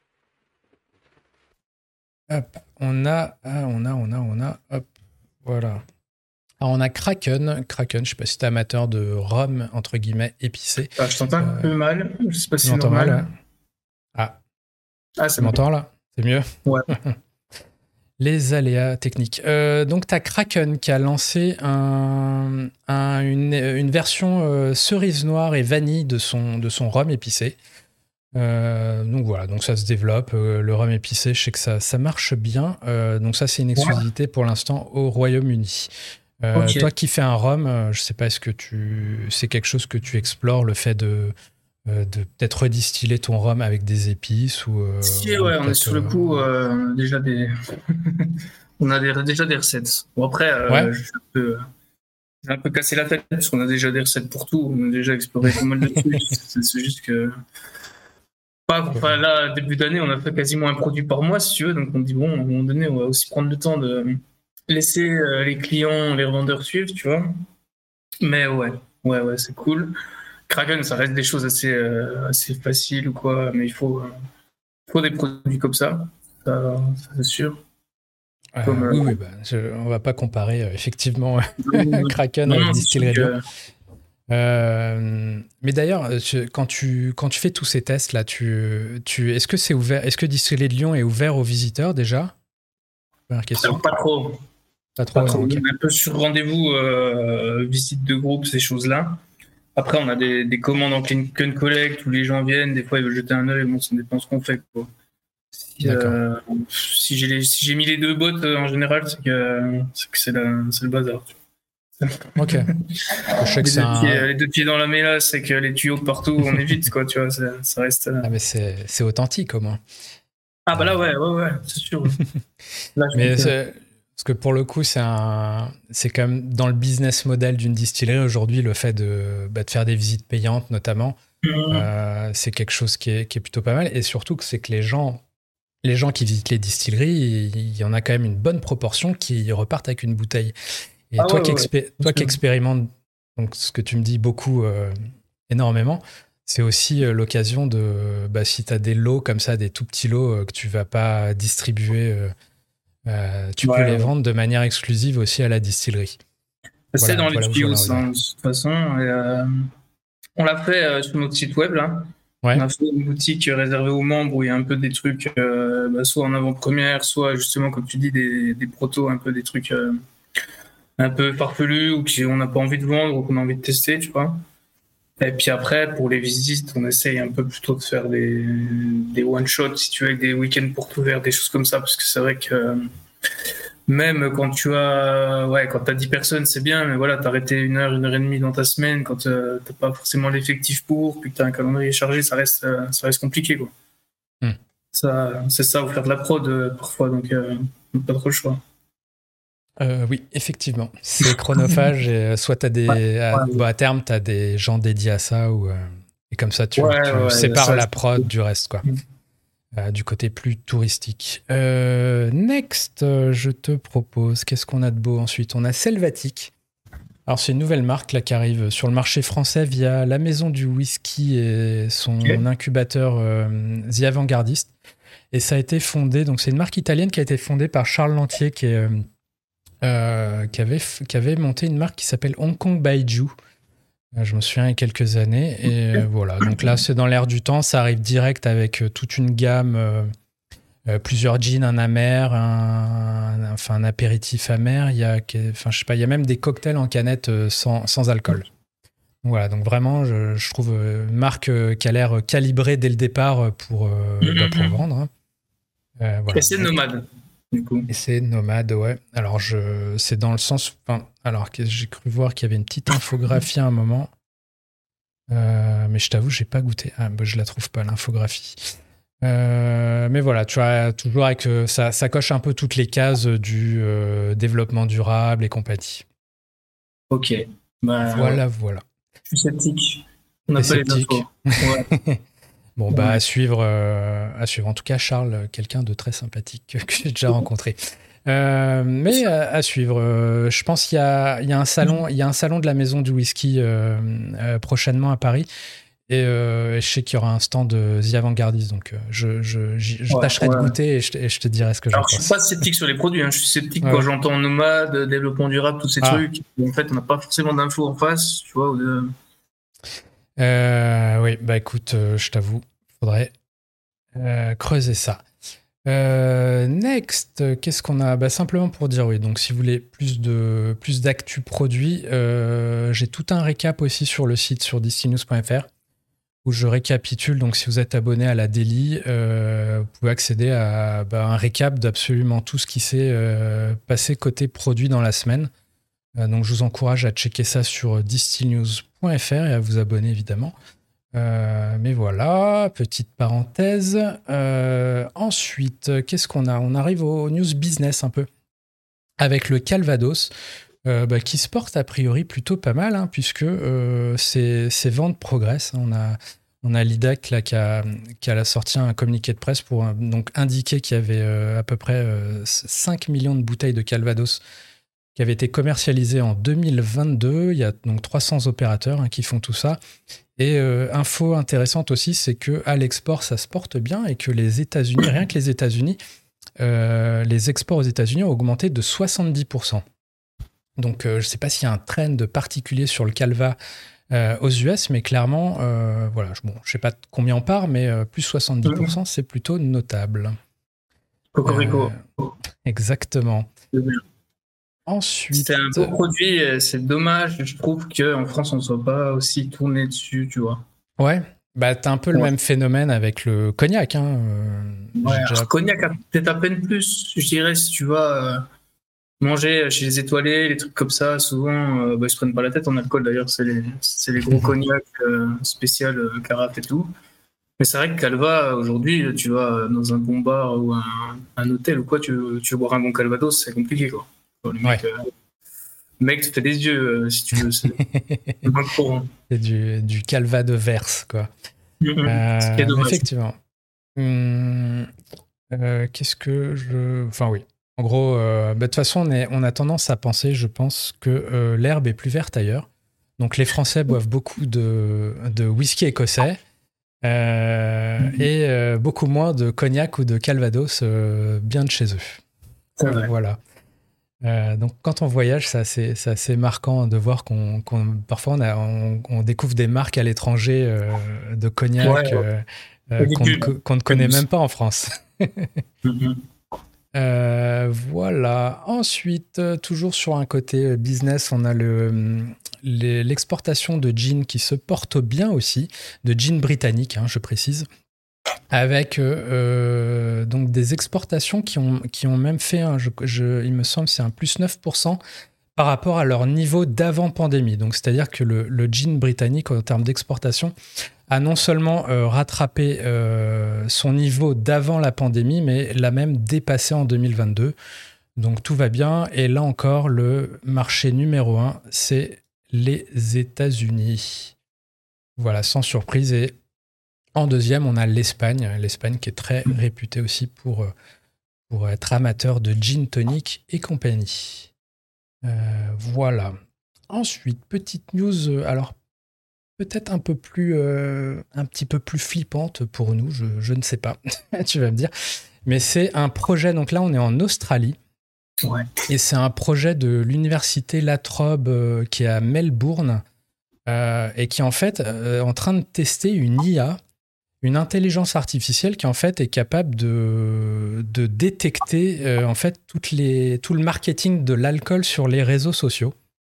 Hop, on a, ah, on a, on a, on a, hop, voilà. Alors, on a Kraken. Kraken, je sais pas si t'es amateur de rhum, entre guillemets, épicé. Ah, je t'entends un Euh, peu mal. Je sais pas Tu si c'est m'entends mal, normal. ouais. Ah, Ah, tu c'est bon. m'entends là? C'est mieux? Ouais. Les aléas techniques. Euh, donc, tu as Kraken qui a lancé un, un- une, une version euh, cerise noire et vanille de son, de son rhum épicé. Euh, donc voilà, donc ça se développe. Euh, le rhum épicé, je sais que ça, ça marche bien. Euh, donc ça, c'est une exclusivité pour l'instant au Royaume-Uni. Euh, Ok. Toi qui fais un rhum, euh, je sais pas, est-ce que tu, c'est quelque chose que tu explores, le fait de, euh, de peut-être redistiller ton rhum avec des épices ou, euh, Si, ou ouais, on est peut-être, sur le euh, coup, euh, déjà des. On a des, déjà des recettes. Bon, après, Ouais. euh, je suis un peu, j'ai un peu cassé la tête parce qu'on a déjà des recettes pour tout. On a déjà exploré pas mal de trucs. C'est c'est juste que. Pas, enfin, là, début d'année, on a fait quasiment un produit par mois, si tu veux. Donc, on dit, bon, à un moment donné, on va aussi prendre le temps de laisser euh, les clients, les revendeurs suivre, tu vois. Mais ouais, ouais, ouais, c'est cool. Kraken, ça reste des choses assez, euh, assez faciles ou quoi, mais il faut, euh, faut des produits comme ça, ça, ça, c'est sûr. Euh, Comme, oui, euh, oui, bah, je- on va pas comparer euh, effectivement non, Kraken avec non, c'est sûr Distillerie de Lyon. que Euh, mais d'ailleurs, tu- quand tu, quand tu fais tous ces tests là, tu, tu, est-ce que c'est ouvert, est-ce que Distillerie de Lyon est ouvert aux visiteurs déjà? Première question. alors, pas trop, Pas pas trop, trop. non, On ok. est un peu sur rendez-vous, euh, visite de groupe, ces choses-là. Après, on a des, des commandes en click and collect où les gens viennent, des fois ils veulent jeter un œil, bon, ça dépend ce qu'on fait, quoi. Si, D'accord. euh, si j'ai les- si j'ai mis les deux bottes, euh, en général, c'est que c'est que c'est la- c'est le bazar. tu Ok. Je sais que Les c'est deux, pieds, un. les deux pieds dans la mélasse, c'est que les tuyaux de partout, on évite, quoi, tu vois, ça, ça reste. euh, Ah, mais c'est, c'est authentique au moins. Ah, bah là, ouais, ouais, ouais, c'est sûr. Ouais. Là, je Mais confirme. c'est- parce que pour le coup, c'est un, c'est quand même dans le business model d'une distillerie aujourd'hui, le fait de, bah, de faire des visites payantes notamment, Mmh. euh, c'est quelque chose qui est, qui est plutôt pas mal. Et surtout que c'est que les gens, les gens qui visitent les distilleries, il y en a quand même une bonne proportion qui repartent avec une bouteille. Et Ah, toi, ouais, qui, ouais, ouais. expé- toi qui expérimentes donc ce que tu me dis beaucoup, euh, énormément, c'est aussi euh, l'occasion de, bah, si tu as des lots comme ça, des tout petits lots euh, que tu vas pas distribuer, euh, euh, tu peux Ouais, les ouais. vendre de manière exclusive aussi à la distillerie. C'est Voilà, dans les voilà où je tuyaux, voulais en ça, venir. de toute façon. Et, euh, on l'a fait euh, sur notre site web, là. On Ouais, a fait une boutique réservée aux membres où il y a un peu des trucs, euh, bah, soit en avant-première, soit justement, comme tu dis, des, des protos, un peu des trucs euh, un peu farfelus ou qu'on n'a pas envie de vendre ou qu'on a envie de tester, tu vois. Et puis après, pour les visites, on essaye un peu plutôt de faire des, des one-shots, si tu veux, avec des week-ends portes ouvertes, des choses comme ça, parce que c'est vrai que euh, même quand tu as, ouais, quand t'as dix personnes, c'est bien, mais voilà, t'arrêter une heure, une heure et demie dans ta semaine, quand euh, t'as pas forcément l'effectif pour, puis que t'as un calendrier chargé, ça reste, euh, ça reste compliqué, quoi. Hmm. Ça, c'est ça, ou faire de la prod euh, parfois, donc euh, pas trop le choix. Euh, oui, effectivement, c'est chronophage. Et soit t'as des, Ouais, à, ouais, bah, à terme, tu as des gens dédiés à ça, ou, euh, et comme ça, tu, ouais, tu ouais, sépares ça, la prod du reste, quoi. Euh, du côté plus touristique. Euh, next, euh, je te propose, qu'est-ce qu'on a de beau ensuite? On a Selvatic. Alors, c'est une nouvelle marque là, qui arrive sur le marché français via la maison du whisky et son okay. incubateur euh, The Avant-Gardiste. Et ça a été fondé, donc c'est une marque italienne qui a été fondée par Charles Lantier, qui, est, euh, qui, avait, qui avait monté une marque qui s'appelle Hong Kong Baijiu. Je me souviens il y a quelques années. Et euh, voilà, donc là, c'est dans l'air du temps. Ça arrive direct avec euh, toute une gamme, euh, euh, plusieurs gins, un amer, un, un, enfin, un apéritif amer. Il y a, enfin, je sais pas, il y a même des cocktails en canette euh, sans, sans alcool. Voilà, donc vraiment, je, je trouve une marque euh, qui a l'air calibrée dès le départ pour, euh, mm-hmm. bah, pour vendre. Hein. Euh, voilà. Et c'est nomade. Du coup. Et c'est nomade, ouais. Alors, je, c'est dans le sens. Enfin, alors, j'ai cru voir qu'il y avait une petite infographie à un moment. Euh, mais je t'avoue, j'ai pas goûté. Ah, bah, je la trouve pas, l'infographie. Euh, mais voilà, tu vois, toujours avec. Euh, ça, ça coche un peu toutes les cases du euh, développement durable et compagnie. Ok. Bah, voilà, voilà. Je suis sceptique. On n'a pas les infos. Ouais. Bon, bah, ouais. à suivre, euh, à suivre. En tout cas, Charles, quelqu'un de très sympathique que j'ai déjà rencontré. Euh, mais à, à suivre. Euh, je pense qu'il y a, il y a un salon, il y a un salon de la maison du whisky euh, euh, prochainement à Paris. Et euh, je sais qu'il y aura un stand de The Avant-Gardiste, donc euh, je, je, je, je ouais, tâcherai ouais. de goûter et je, et je te dirai ce que j'en pense. Alors, je suis pas sceptique sur les produits, hein. Je suis sceptique ouais. quand j'entends nomade, développement durable, tous ces ah. trucs. En fait, on n'a pas forcément d'infos en face, tu vois. Ou de... euh, oui, bah écoute, euh, je t'avoue, faudrait euh, creuser ça. Euh, next, qu'est-ce qu'on a? Bah, simplement pour dire oui, donc si vous voulez plus, de, plus d'actu produits, euh, j'ai tout un récap aussi sur le site sur distinews point f r où je récapitule. Donc si vous êtes abonné à la Daily, euh, vous pouvez accéder à bah, un récap d'absolument tout ce qui s'est euh, passé côté produit dans la semaine. Euh, donc je vous encourage à checker ça sur distinews point f r et à vous abonner évidemment. Euh, mais voilà, petite parenthèse. Euh, ensuite, qu'est-ce qu'on a? On arrive au news business un peu. Avec le Calvados, euh, bah, qui se porte a priori plutôt pas mal, hein, puisque euh, ses, ses ventes progressent. On a, on a l'I D A C là, qui, a, qui a sorti un communiqué de presse pour donc, indiquer qu'il y avait euh, à peu près euh, cinq millions de bouteilles de Calvados qui avaient été commercialisées en deux mille vingt-deux. Il y a donc trois cents opérateurs hein, qui font tout ça. Et euh, info intéressante aussi, c'est qu'à l'export, ça se porte bien et que les États-Unis, rien que les États-Unis, euh, les exports aux États-Unis ont augmenté de soixante-dix pour cent. Donc, euh, je ne sais pas s'il y a un trend particulier sur le Calva euh, aux U S, mais clairement, euh, voilà, bon, je ne sais pas combien on part, mais euh, plus soixante-dix pour cent, c'est plutôt notable. Cocorico. Euh, exactement. Ensuite, c'est un beau produit, c'est dommage, je trouve qu'en France, on ne soit pas aussi tourné dessus, tu vois. Ouais, bah t'as un peu ouais. le même phénomène avec le cognac. Hein. Ouais, déjà... alors, cognac a peut-être à peine plus, je dirais, si tu vas euh, manger chez les étoilés, les trucs comme ça, souvent, euh, bah, ils se prennent pas la tête en alcool d'ailleurs, c'est les, c'est les gros cognacs euh, spécial euh, carafe et tout. Mais c'est vrai que Calva, aujourd'hui, tu vas dans un bon bar ou un, un hôtel ou quoi, tu, tu veux boire un bon Calvados, c'est compliqué, quoi. Le mec, ouais. euh, le mec te fait des yeux, euh, si tu veux. C'est pas courant. C'est du, du calva de verse, quoi. Mm-hmm. Euh, effectivement. Hum, euh, qu'est-ce que je... Enfin, oui. En gros, euh, bah, de toute façon, on, est, on a tendance à penser, je pense, que euh, l'herbe est plus verte ailleurs. Donc, les Français boivent beaucoup de, de whisky écossais euh, mm-hmm. et euh, beaucoup moins de cognac ou de calvados euh, bien de chez eux. C'est vrai. Voilà. Euh, donc quand on voyage, c'est assez, c'est assez marquant de voir qu'on, qu'on parfois on, a, on, on découvre des marques à l'étranger euh, de cognac ouais, euh, euh, qu'on, ne, qu'on ne connaît même pas en France. mm-hmm. euh, voilà. Ensuite, toujours sur un côté business, on a le, les, l'exportation de jeans qui se porte bien aussi, de jeans britanniques, hein, je précise. Avec euh, donc des exportations qui ont, qui ont même fait, un, je, je, il me semble, c'est un plus neuf pour cent par rapport à leur niveau d'avant-pandémie. Donc, c'est-à-dire que le, le gin britannique, en termes d'exportation, a non seulement euh, rattrapé euh, son niveau d'avant la pandémie, mais l'a même dépassé en deux mille vingt-deux. Donc, tout va bien. Et là encore, le marché numéro un, c'est les États-Unis. Voilà, sans surprise. Et en deuxième, on a l'Espagne. L'Espagne qui est très réputée aussi pour, pour être amateur de gin tonic et compagnie. Euh, voilà. Ensuite, petite news, euh, alors peut-être un peu plus, euh, un petit peu plus flippante pour nous, je, je ne sais pas, tu vas me dire. Mais c'est un projet, donc là on est en Australie, ouais. Et c'est un projet de l'université La Trobe euh, qui est à Melbourne euh, et qui en fait euh, est en train de tester une I A, une intelligence artificielle qui en fait est capable de, de détecter euh, en fait toutes les, tout le marketing de l'alcool sur les réseaux sociaux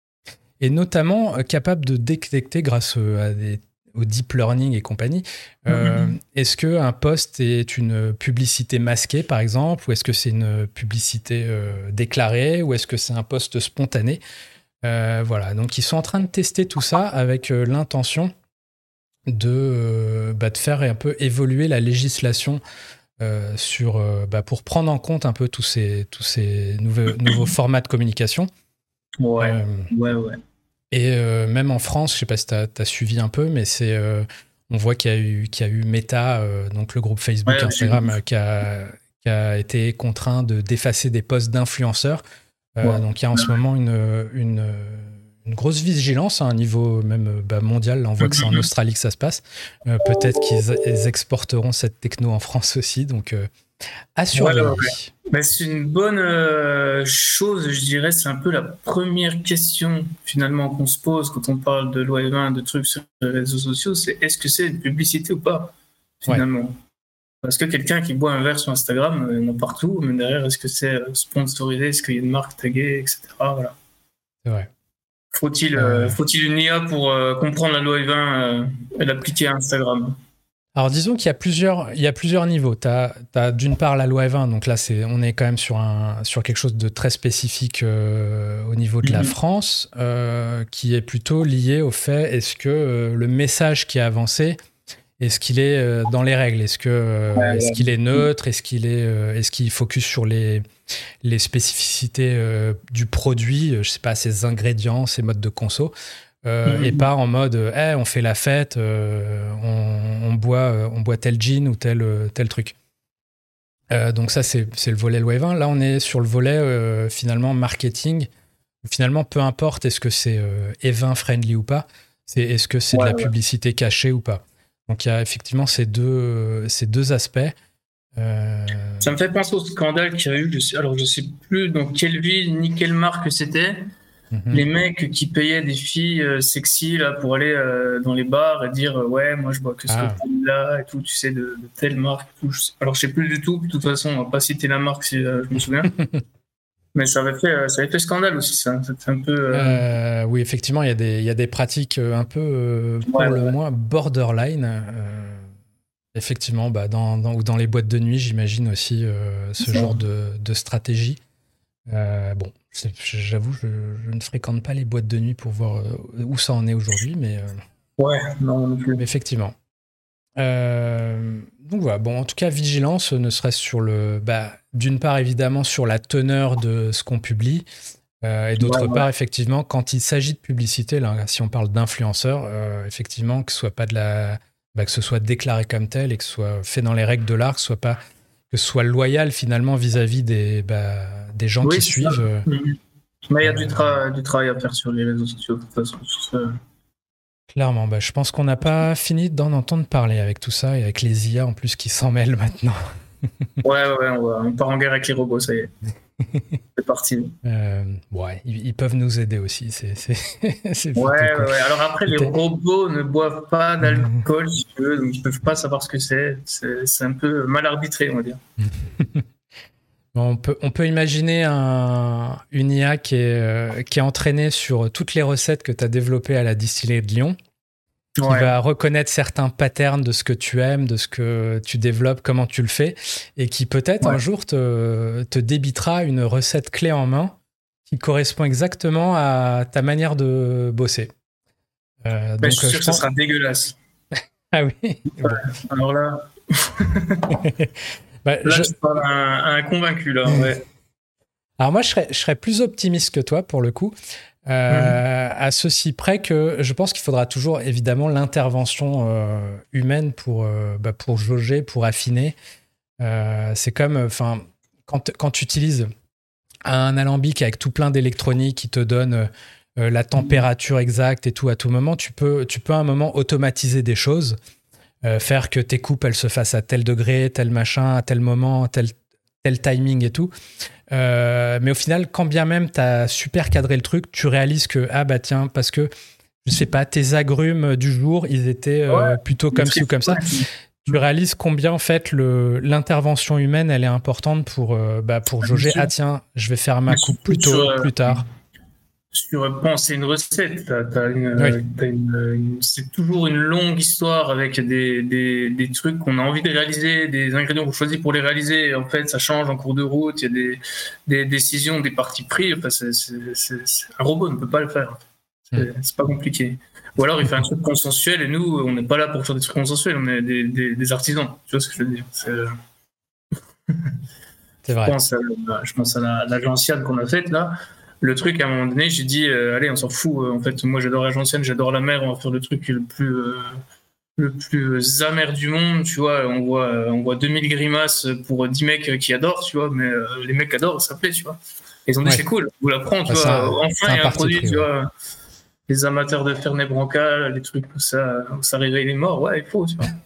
et notamment euh, capable de détecter grâce à des, au deep learning et compagnie euh, mm-hmm. est-ce qu'un post est une publicité masquée par exemple ou est-ce que c'est une publicité euh, déclarée ou est-ce que c'est un post spontané euh, voilà, donc ils sont en train de tester tout ça avec euh, l'intention De, euh, bah, de faire un peu évoluer la législation euh, sur, euh, bah, pour prendre en compte un peu tous ces, tous ces nouveaux, nouveaux formats de communication. Ouais, euh, ouais, ouais. Et euh, même en France, je ne sais pas si tu as suivi un peu, mais c'est, euh, on voit qu'il y a eu, qu'il y a eu Meta, euh, donc le groupe Facebook, ouais, Instagram, euh, qui, a, qui a été contraint de, d'effacer des posts d'influenceurs. Euh, ouais. Donc il y a en ce moment une... une une grosse vigilance à un niveau même bah, mondial. Là, on voit que c'est en Australie que ça se passe. Euh, peut-être qu'ils ils exporteront cette techno en France aussi. Donc, euh, à surveiller. Ouais, ouais, ouais. Bah, c'est une bonne euh, chose, je dirais. C'est un peu la première question, finalement, qu'on se pose quand on parle de loi E vingt, de trucs sur les réseaux sociaux. C'est est-ce que c'est une publicité ou pas, finalement ouais. Parce que quelqu'un qui boit un verre sur Instagram, il y en a partout. Mais derrière, est-ce que c'est sponsorisé? Est-ce qu'il y a une marque taguée, et cetera. Voilà. C'est vrai. Faut-il, euh, faut-il une I A pour euh, comprendre la loi E vingt euh, et l'appliquer à Instagram? Alors disons qu'il y a plusieurs, il y a plusieurs niveaux. Tu as d'une part la loi E vingt, donc là c'est, on est quand même sur, un, sur quelque chose de très spécifique euh, au niveau de mm-hmm. la France, euh, qui est plutôt lié au fait, est-ce que euh, le message qui est avancé, est-ce qu'il est euh, dans les règles? Est-ce, que, euh, ouais, est-ce ouais. qu'il est neutre? Est-ce qu'il, est, euh, est-ce qu'il focus sur les, les spécificités euh, du produit, je sais pas, ses ingrédients, ses modes de conso, euh, mmh. et pas en mode hey, on fait la fête, euh, on, on, boit, euh, on boit tel gin ou tel, euh, tel truc. Euh, donc ça, c'est, c'est le volet loi E vingt. Là, on est sur le volet euh, finalement marketing. Finalement, peu importe est-ce que c'est euh, E vingt friendly ou pas, c'est est-ce que c'est ouais, de la ouais. publicité cachée ou pas. Donc il y a effectivement ces deux, euh, ces deux aspects. Euh... Ça me fait penser au scandale qu'il y a eu, je sais, alors je sais plus dans quelle ville ni quelle marque c'était, mm-hmm. les mecs qui payaient des filles euh, sexy là, pour aller euh, dans les bars et dire euh, ouais moi je bois que ce ah. là et tout, tu sais, de, de telle marque. Tout. Je sais, alors je sais plus du tout, de toute façon on va pas citer la marque si euh, je me souviens. Mais ça avait fait, ça avait fait scandale aussi, ça. C'était un peu. Euh... Euh, oui, effectivement, il y a des, il y a des pratiques un peu, euh, pour ouais, le ouais. moins, borderline. Euh, effectivement, bah, dans, dans, ou dans les boîtes de nuit, j'imagine aussi euh, ce genre de, de stratégie. Euh, bon, c'est, j'avoue, je, je ne fréquente pas les boîtes de nuit pour voir euh, où ça en est aujourd'hui, mais. Euh, ouais, non, non plus. Mais effectivement. Euh, donc voilà, bon, en tout cas, vigilance, ne serait-ce sur le, bah, d'une part évidemment sur la teneur de ce qu'on publie, euh, et d'autre ouais, part ouais. effectivement quand il s'agit de publicité, là, si on parle d'influenceurs, euh, effectivement que ce soit pas de la, bah, que ce soit déclaré comme tel et que ce soit fait dans les règles de l'art, que ce soit pas, que ce soit loyal finalement vis-à-vis des, bah, des gens oui, qui suivent. Euh, mmh. Mais il y a euh, du, tra- du travail à faire sur les réseaux sociaux de toute façon. Sur ce... Clairement, bah, je pense qu'on n'a pas fini d'en entendre parler avec tout ça et avec les I A en plus qui s'en mêlent maintenant. ouais, ouais, on, va, on part en guerre avec les robots, ça y est. C'est parti. Euh, ouais, ils, ils peuvent nous aider aussi. C'est, c'est, c'est ouais, ouais, ouais. Alors après, les robots ne boivent pas d'alcool, si tu veux, donc ils ne peuvent pas savoir ce que c'est. c'est. C'est un peu mal arbitré, on va dire. On peut, on peut imaginer un, une I A qui est, euh, qui est entraînée sur toutes les recettes que tu as développées à la distillerie de Lyon, qui ouais. va reconnaître certains patterns de ce que tu aimes, de ce que tu développes, comment tu le fais, et qui peut-être ouais. un jour te, te débitera une recette clé en main qui correspond exactement à ta manière de bosser. Euh, bah, donc, je suis sûr je que pense... ça sera dégueulasse. Ah oui. Ouais, bon. Alors là, bah, là je, je parle à un, à un convaincu là. Ouais. Alors moi, je serais, je serais plus optimiste que toi pour le coup, euh, mm-hmm. à ceci près que je pense qu'il faudra toujours évidemment l'intervention euh, humaine pour euh, bah, pour jauger, pour affiner. Euh, c'est comme, enfin, quand quand tu utilises un alambic avec tout plein d'électronique qui te donne euh, la température exacte et tout à tout moment, tu peux tu peux à un moment automatiser des choses, euh, faire que tes coupes elles se fassent à tel degré, tel machin, à tel moment, tel tel timing et tout. Euh, mais au final, quand bien même tu as super cadré le truc, tu réalises que, ah bah tiens, parce que, je sais pas, tes agrumes du jour, ils étaient euh, ouais, plutôt comme ci ou comme ça. Tu réalises combien, en fait, le, l'intervention humaine, elle est importante pour, euh, bah, pour jauger, ah tiens, je vais faire ma coupe plus tôt, plus tard. Sur penser une recette, t'as, t'as une, oui. t'as une, une, c'est toujours une longue histoire avec des, des, des trucs qu'on a envie de réaliser, des ingrédients qu'on choisit pour les réaliser. Et en fait, ça change en cours de route. Il y a des, des décisions, des partis pris. Enfin, c'est, c'est, c'est, c'est... Un robot ne peut pas le faire. C'est, mmh. c'est pas compliqué. Ou alors, il fait un truc consensuel et nous, on n'est pas là pour faire des trucs consensuels. On est des, des, des artisans. Tu vois ce que je veux dire? C'est, c'est vrai. Je pense à, je pense à la, la gentiane qu'on a faite là. Le truc, à un moment donné, j'ai dit, euh, allez, on s'en fout. Euh, en fait, moi, j'adore la gentiane, j'adore la mer. On va faire le truc le plus, euh, le plus amer du monde, tu vois. On voit, euh, on voit deux mille grimaces pour dix mecs qui adorent, tu vois. Mais euh, les mecs adorent, ça plaît, tu vois. Et ils ont dit, ouais. c'est cool, vous la prendre, tu bah, vois. Un, enfin, il y a un produit, prix, tu ouais. vois. Les amateurs de Fernet Branca, les trucs où ça, où ça réveille les morts, ouais, il faut, tu vois.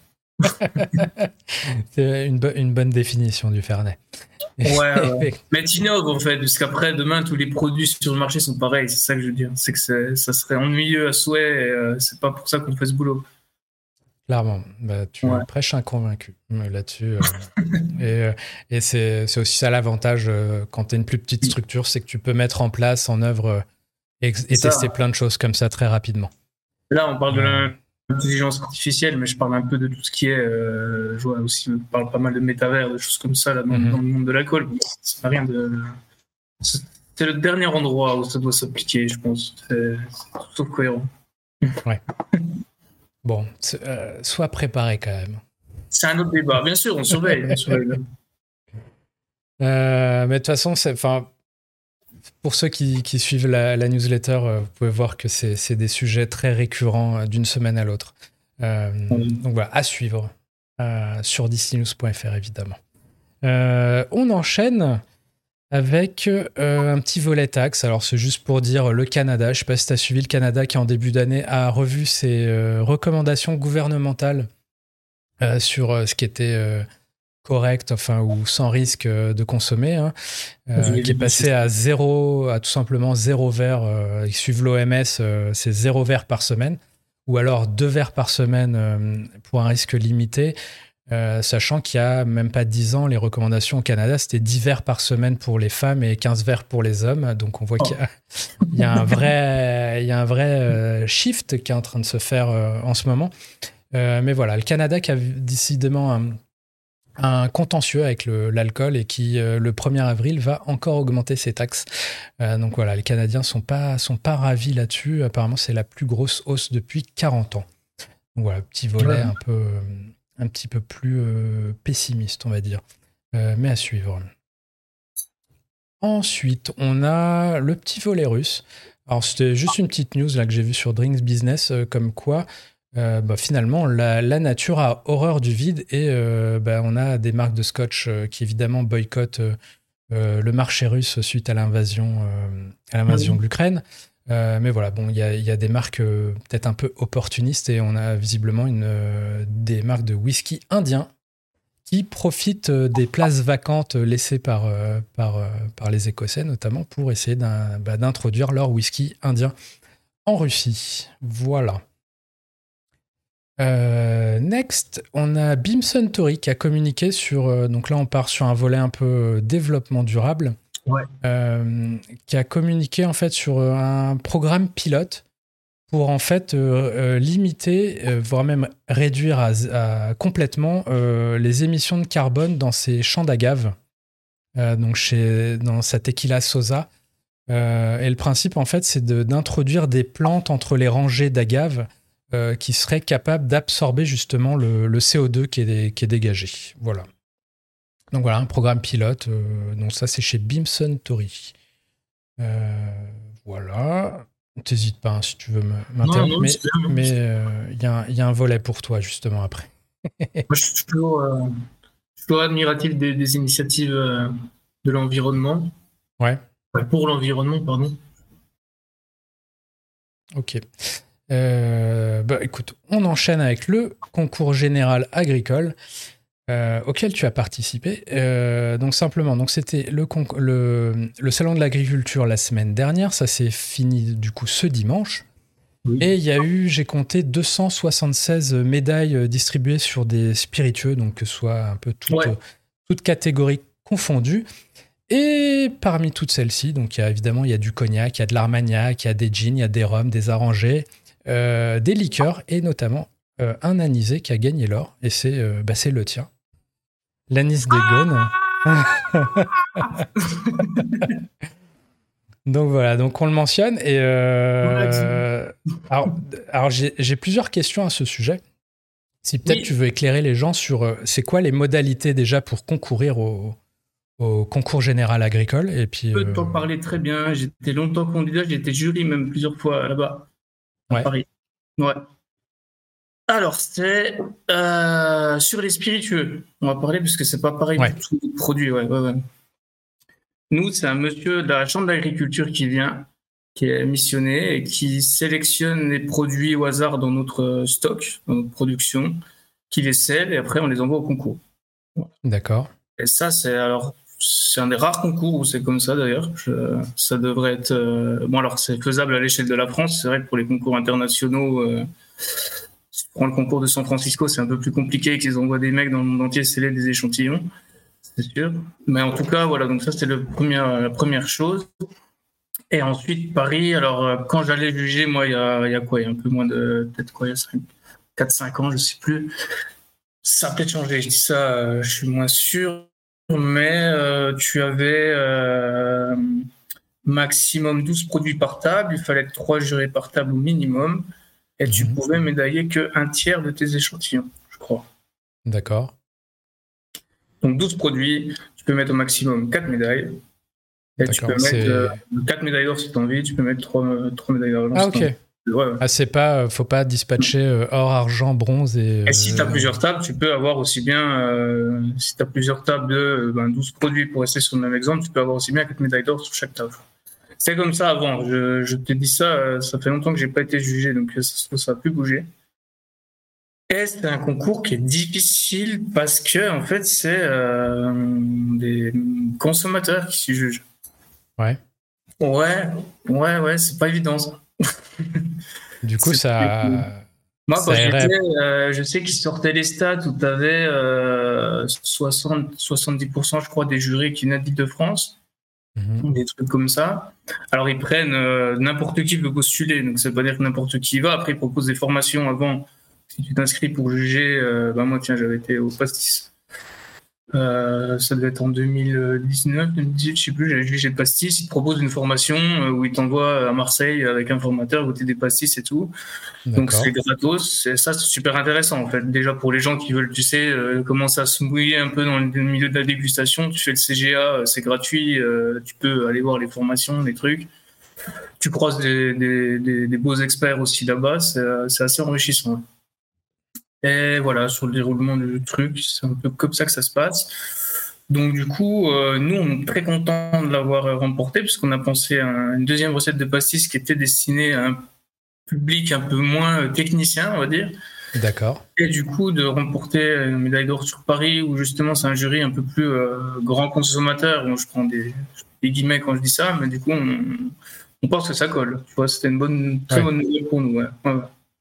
C'est une, bo- une bonne définition du Fernet. Ouais, ouais. Mais t'innoves en fait, parce qu'après demain tous les produits sur le marché sont pareils, c'est ça que je veux dire. C'est que c'est, ça serait ennuyeux à souhait, et, euh, c'est pas pour ça qu'on fait ce boulot. Clairement, bah, tu ouais. prêches un convaincu là-dessus. Euh, et euh, et c'est, c'est aussi ça l'avantage euh, quand tu es une plus petite structure, c'est que tu peux mettre en place, en œuvre euh, et, et tester ça. plein de choses comme ça très rapidement. Là, on parle euh, de l'intelligence artificielle, mais je parle un peu de tout ce qui est. Euh, je vois aussi, je parle pas mal de métavers, de choses comme ça là, dans, mm-hmm. dans le monde de la colle. C'est rien de. C'est le dernier endroit où ça doit s'appliquer, je pense. C'est, c'est tout cohérent. Ouais. Bon, euh, sois préparé quand même. C'est un autre débat. Bien sûr, on surveille. on surveille. Euh, mais de toute façon, c'est, enfin, pour ceux qui, qui suivent la, la newsletter, euh, vous pouvez voir que c'est, c'est des sujets très récurrents euh, d'une semaine à l'autre. Euh, oui. Donc voilà, à suivre euh, sur d c news point f r évidemment. Euh, on enchaîne avec euh, un petit volet taxe. Alors c'est juste pour dire le Canada. Je ne sais pas si tu as suivi le Canada qui en début d'année a revu ses euh, recommandations gouvernementales euh, sur euh, ce qui était euh, correct, enfin ou sans risque euh, de consommer, hein, euh, qui est passé à zéro, à tout simplement zéro verre. Euh, ils suivent l'O M S, euh, c'est zéro verre par semaine, ou alors deux verres par semaine euh, pour un risque limité. Euh, sachant qu'il y a même pas dix ans, les recommandations au Canada, c'était dix verres par semaine pour les femmes et quinze verres pour les hommes. Donc on voit oh. qu'il y a, il y a un vrai, il y a un vrai euh, shift qui est en train de se faire euh, en ce moment. Euh, mais voilà, le Canada qui a décidément un, un contentieux avec le, l'alcool et qui, euh, le premier avril, va encore augmenter ses taxes. Euh, donc voilà, les Canadiens sont pas, sont pas ravis là-dessus. Apparemment, c'est la plus grosse hausse depuis quarante ans. Donc voilà, petit volet ouais. un peu... Euh, un petit peu plus euh, pessimiste, on va dire. Euh, mais à suivre. Ensuite, on a le petit volet russe. Alors, c'était juste une petite news là, que j'ai vue sur Drinks Business, euh, comme quoi, euh, bah, finalement, la, la nature a horreur du vide et euh, bah, on a des marques de scotch euh, qui, évidemment, boycottent euh, euh, le marché russe suite à l'invasion, euh, à l'invasion oui. de l'Ukraine. Euh, mais voilà, bon, il y a, y a des marques euh, peut-être un peu opportunistes et on a visiblement une, euh, des marques de whisky indien qui profitent euh, des places vacantes laissées par, euh, par, euh, par les Écossais notamment pour essayer d'un, bah, d'introduire leur whisky indien en Russie. Voilà. Euh, next, on a Beam Suntory qui a communiqué sur... Euh, donc là, on part sur un volet un peu euh, développement durable. Ouais. Euh, qui a communiqué en fait sur un programme pilote pour en fait euh, euh, limiter, euh, voire même réduire à, à, complètement euh, les émissions de carbone dans ses champs d'agave, euh, donc chez, dans sa tequila Sosa. Euh, et le principe, en fait, c'est de, d'introduire des plantes entre les rangées d'agaves euh, qui seraient capables d'absorber justement le, le C O deux qui est, qui est dégagé. Voilà. Donc voilà, un programme pilote. Euh, donc ça, c'est chez Bimson Tori. Euh, voilà. T'hésites pas hein, si tu veux m'interrompre, mais il mais, euh, y, y a un volet pour toi justement après. Moi, je suis toujours, euh, toujours admiratif des, des initiatives euh, de l'environnement. Ouais. ouais. Pour l'environnement, pardon. Ok. Euh, bah, écoute, on enchaîne avec le concours général agricole. Euh, auquel tu as participé. Euh, donc simplement, donc c'était le, conc- le, le salon de l'agriculture la semaine dernière, ça s'est fini du coup ce dimanche. Oui. Et il y a eu, j'ai compté deux cent soixante-seize médailles distribuées sur des spiritueux, donc que ce soit un peu toutes ouais. toute catégories confondues. Et parmi toutes celles-ci, donc il y a évidemment il y a du cognac, il y a de l'armagnac, il y a des gins, il y a des rhums, des arrangés, euh, des liqueurs et notamment Euh, un anisé qui a gagné l'or, et c'est, euh, bah, c'est le tien. L'anis des Gones. Donc voilà, donc on le mentionne. Et euh, alors, alors j'ai, j'ai plusieurs questions à ce sujet. Si peut-être oui. tu veux éclairer les gens sur euh, c'est quoi les modalités déjà pour concourir au, au concours général agricole. Et puis, je peux euh... t'en parler très bien. J'étais longtemps candidat, j'ai été jury même plusieurs fois là-bas, à ouais. Paris. Ouais. Alors, c'est euh, sur les spiritueux. On va parler parce que c'est pas pareil ouais. du tout les produits. Ouais, ouais, ouais. Nous, c'est un monsieur de la Chambre d'agriculture qui vient, qui est missionné et qui sélectionne les produits au hasard dans notre stock, dans notre production, qui les scelle et après on les envoie au concours. Ouais. D'accord. Et ça, c'est alors c'est un des rares concours où c'est comme ça d'ailleurs. Je, ça devrait être euh, bon. Alors, c'est faisable à l'échelle de la France. C'est vrai que pour les concours internationaux. Euh, Si tu prends le concours de San Francisco, c'est un peu plus compliqué qu'ils envoient des mecs dans le monde entier sceller des échantillons, c'est sûr. Mais en tout cas, voilà, donc ça, c'était le premier, la première chose. Et ensuite, Paris, alors, quand j'allais juger, moi, il y a, il y a quoi Il y a un peu moins de, peut-être quoi, il y a quatre cinq ans, je sais plus. Ça a peut-être changé, je dis ça, euh, je suis moins sûr. Mais euh, tu avais euh, maximum douze produits par table, il fallait que trois jurés par table au minimum. Et tu mmh. pouvais médailler qu'un tiers de tes échantillons, je crois. D'accord. Donc douze produits, tu peux mettre au maximum quatre médailles. Et D'accord, tu peux c'est... mettre euh, quatre médailles d'or si tu as envie, tu peux mettre trois, trois médailles d'or. Ah, ok. Ouais, ouais. Ah, c'est pas, faut pas dispatcher euh, or, argent, bronze et. Et euh... si tu as plusieurs tables, tu peux avoir aussi bien, euh, si tu as plusieurs tables de ben, douze produits pour rester sur le même exemple, tu peux avoir aussi bien quatre médailles d'or sur chaque table. C'est comme ça avant. Je, je te dis ça, ça fait longtemps que j'ai pas été jugé, donc ça, ça a plus bougé. Et c'est un concours qui est difficile parce que en fait, c'est euh, des consommateurs qui s'y jugent. Ouais. Ouais, ouais, ouais, c'est pas évident ça. Du coup, ça. Moi, ça quand j'étais, euh, je sais qu'ils sortaient les stats où tu avais euh, soixante, soixante-dix pour cent, je crois, des jurés qui venaient d'Île-de-France. Mmh. Des trucs comme ça. Alors, ils prennent euh, n'importe qui peut postuler, donc ça veut pas dire que n'importe qui y va. Après, ils proposent des formations avant. Si tu t'inscris pour juger, euh, bah moi, tiens, j'avais été au pastis. Euh, ça devait être en deux mille dix-neuf, deux mille dix-huit, je sais plus, j'avais jugé le pastis. Ils te proposent une formation où ils t'envoient à Marseille avec un formateur, goûter des pastis et tout. D'accord. Donc, c'est gratos. Et ça, c'est super intéressant, en fait. Déjà, pour les gens qui veulent, tu sais, euh, commencer à se mouiller un peu dans le milieu de la dégustation, tu fais le C G A, c'est gratuit. Euh, tu peux aller voir les formations, les trucs. Tu croises des, des, des, des beaux experts aussi là-bas. C'est, c'est assez enrichissant. Et voilà, sur le déroulement du truc, c'est un peu comme ça que ça se passe. Donc du coup, euh, nous, on est très contents de l'avoir remporté parce qu'on a pensé à une deuxième recette de pastis qui était destinée à un public un peu moins technicien, on va dire. D'accord. Et du coup, de remporter une médaille d'or sur Paris, où justement c'est un jury un peu plus euh, grand consommateur. Bon, je prends des, des guillemets quand je dis ça, mais du coup, on, on pense que ça colle. Tu vois, c'était une bonne, très ouais. bonne nouvelle pour nous. Ouais. Ouais.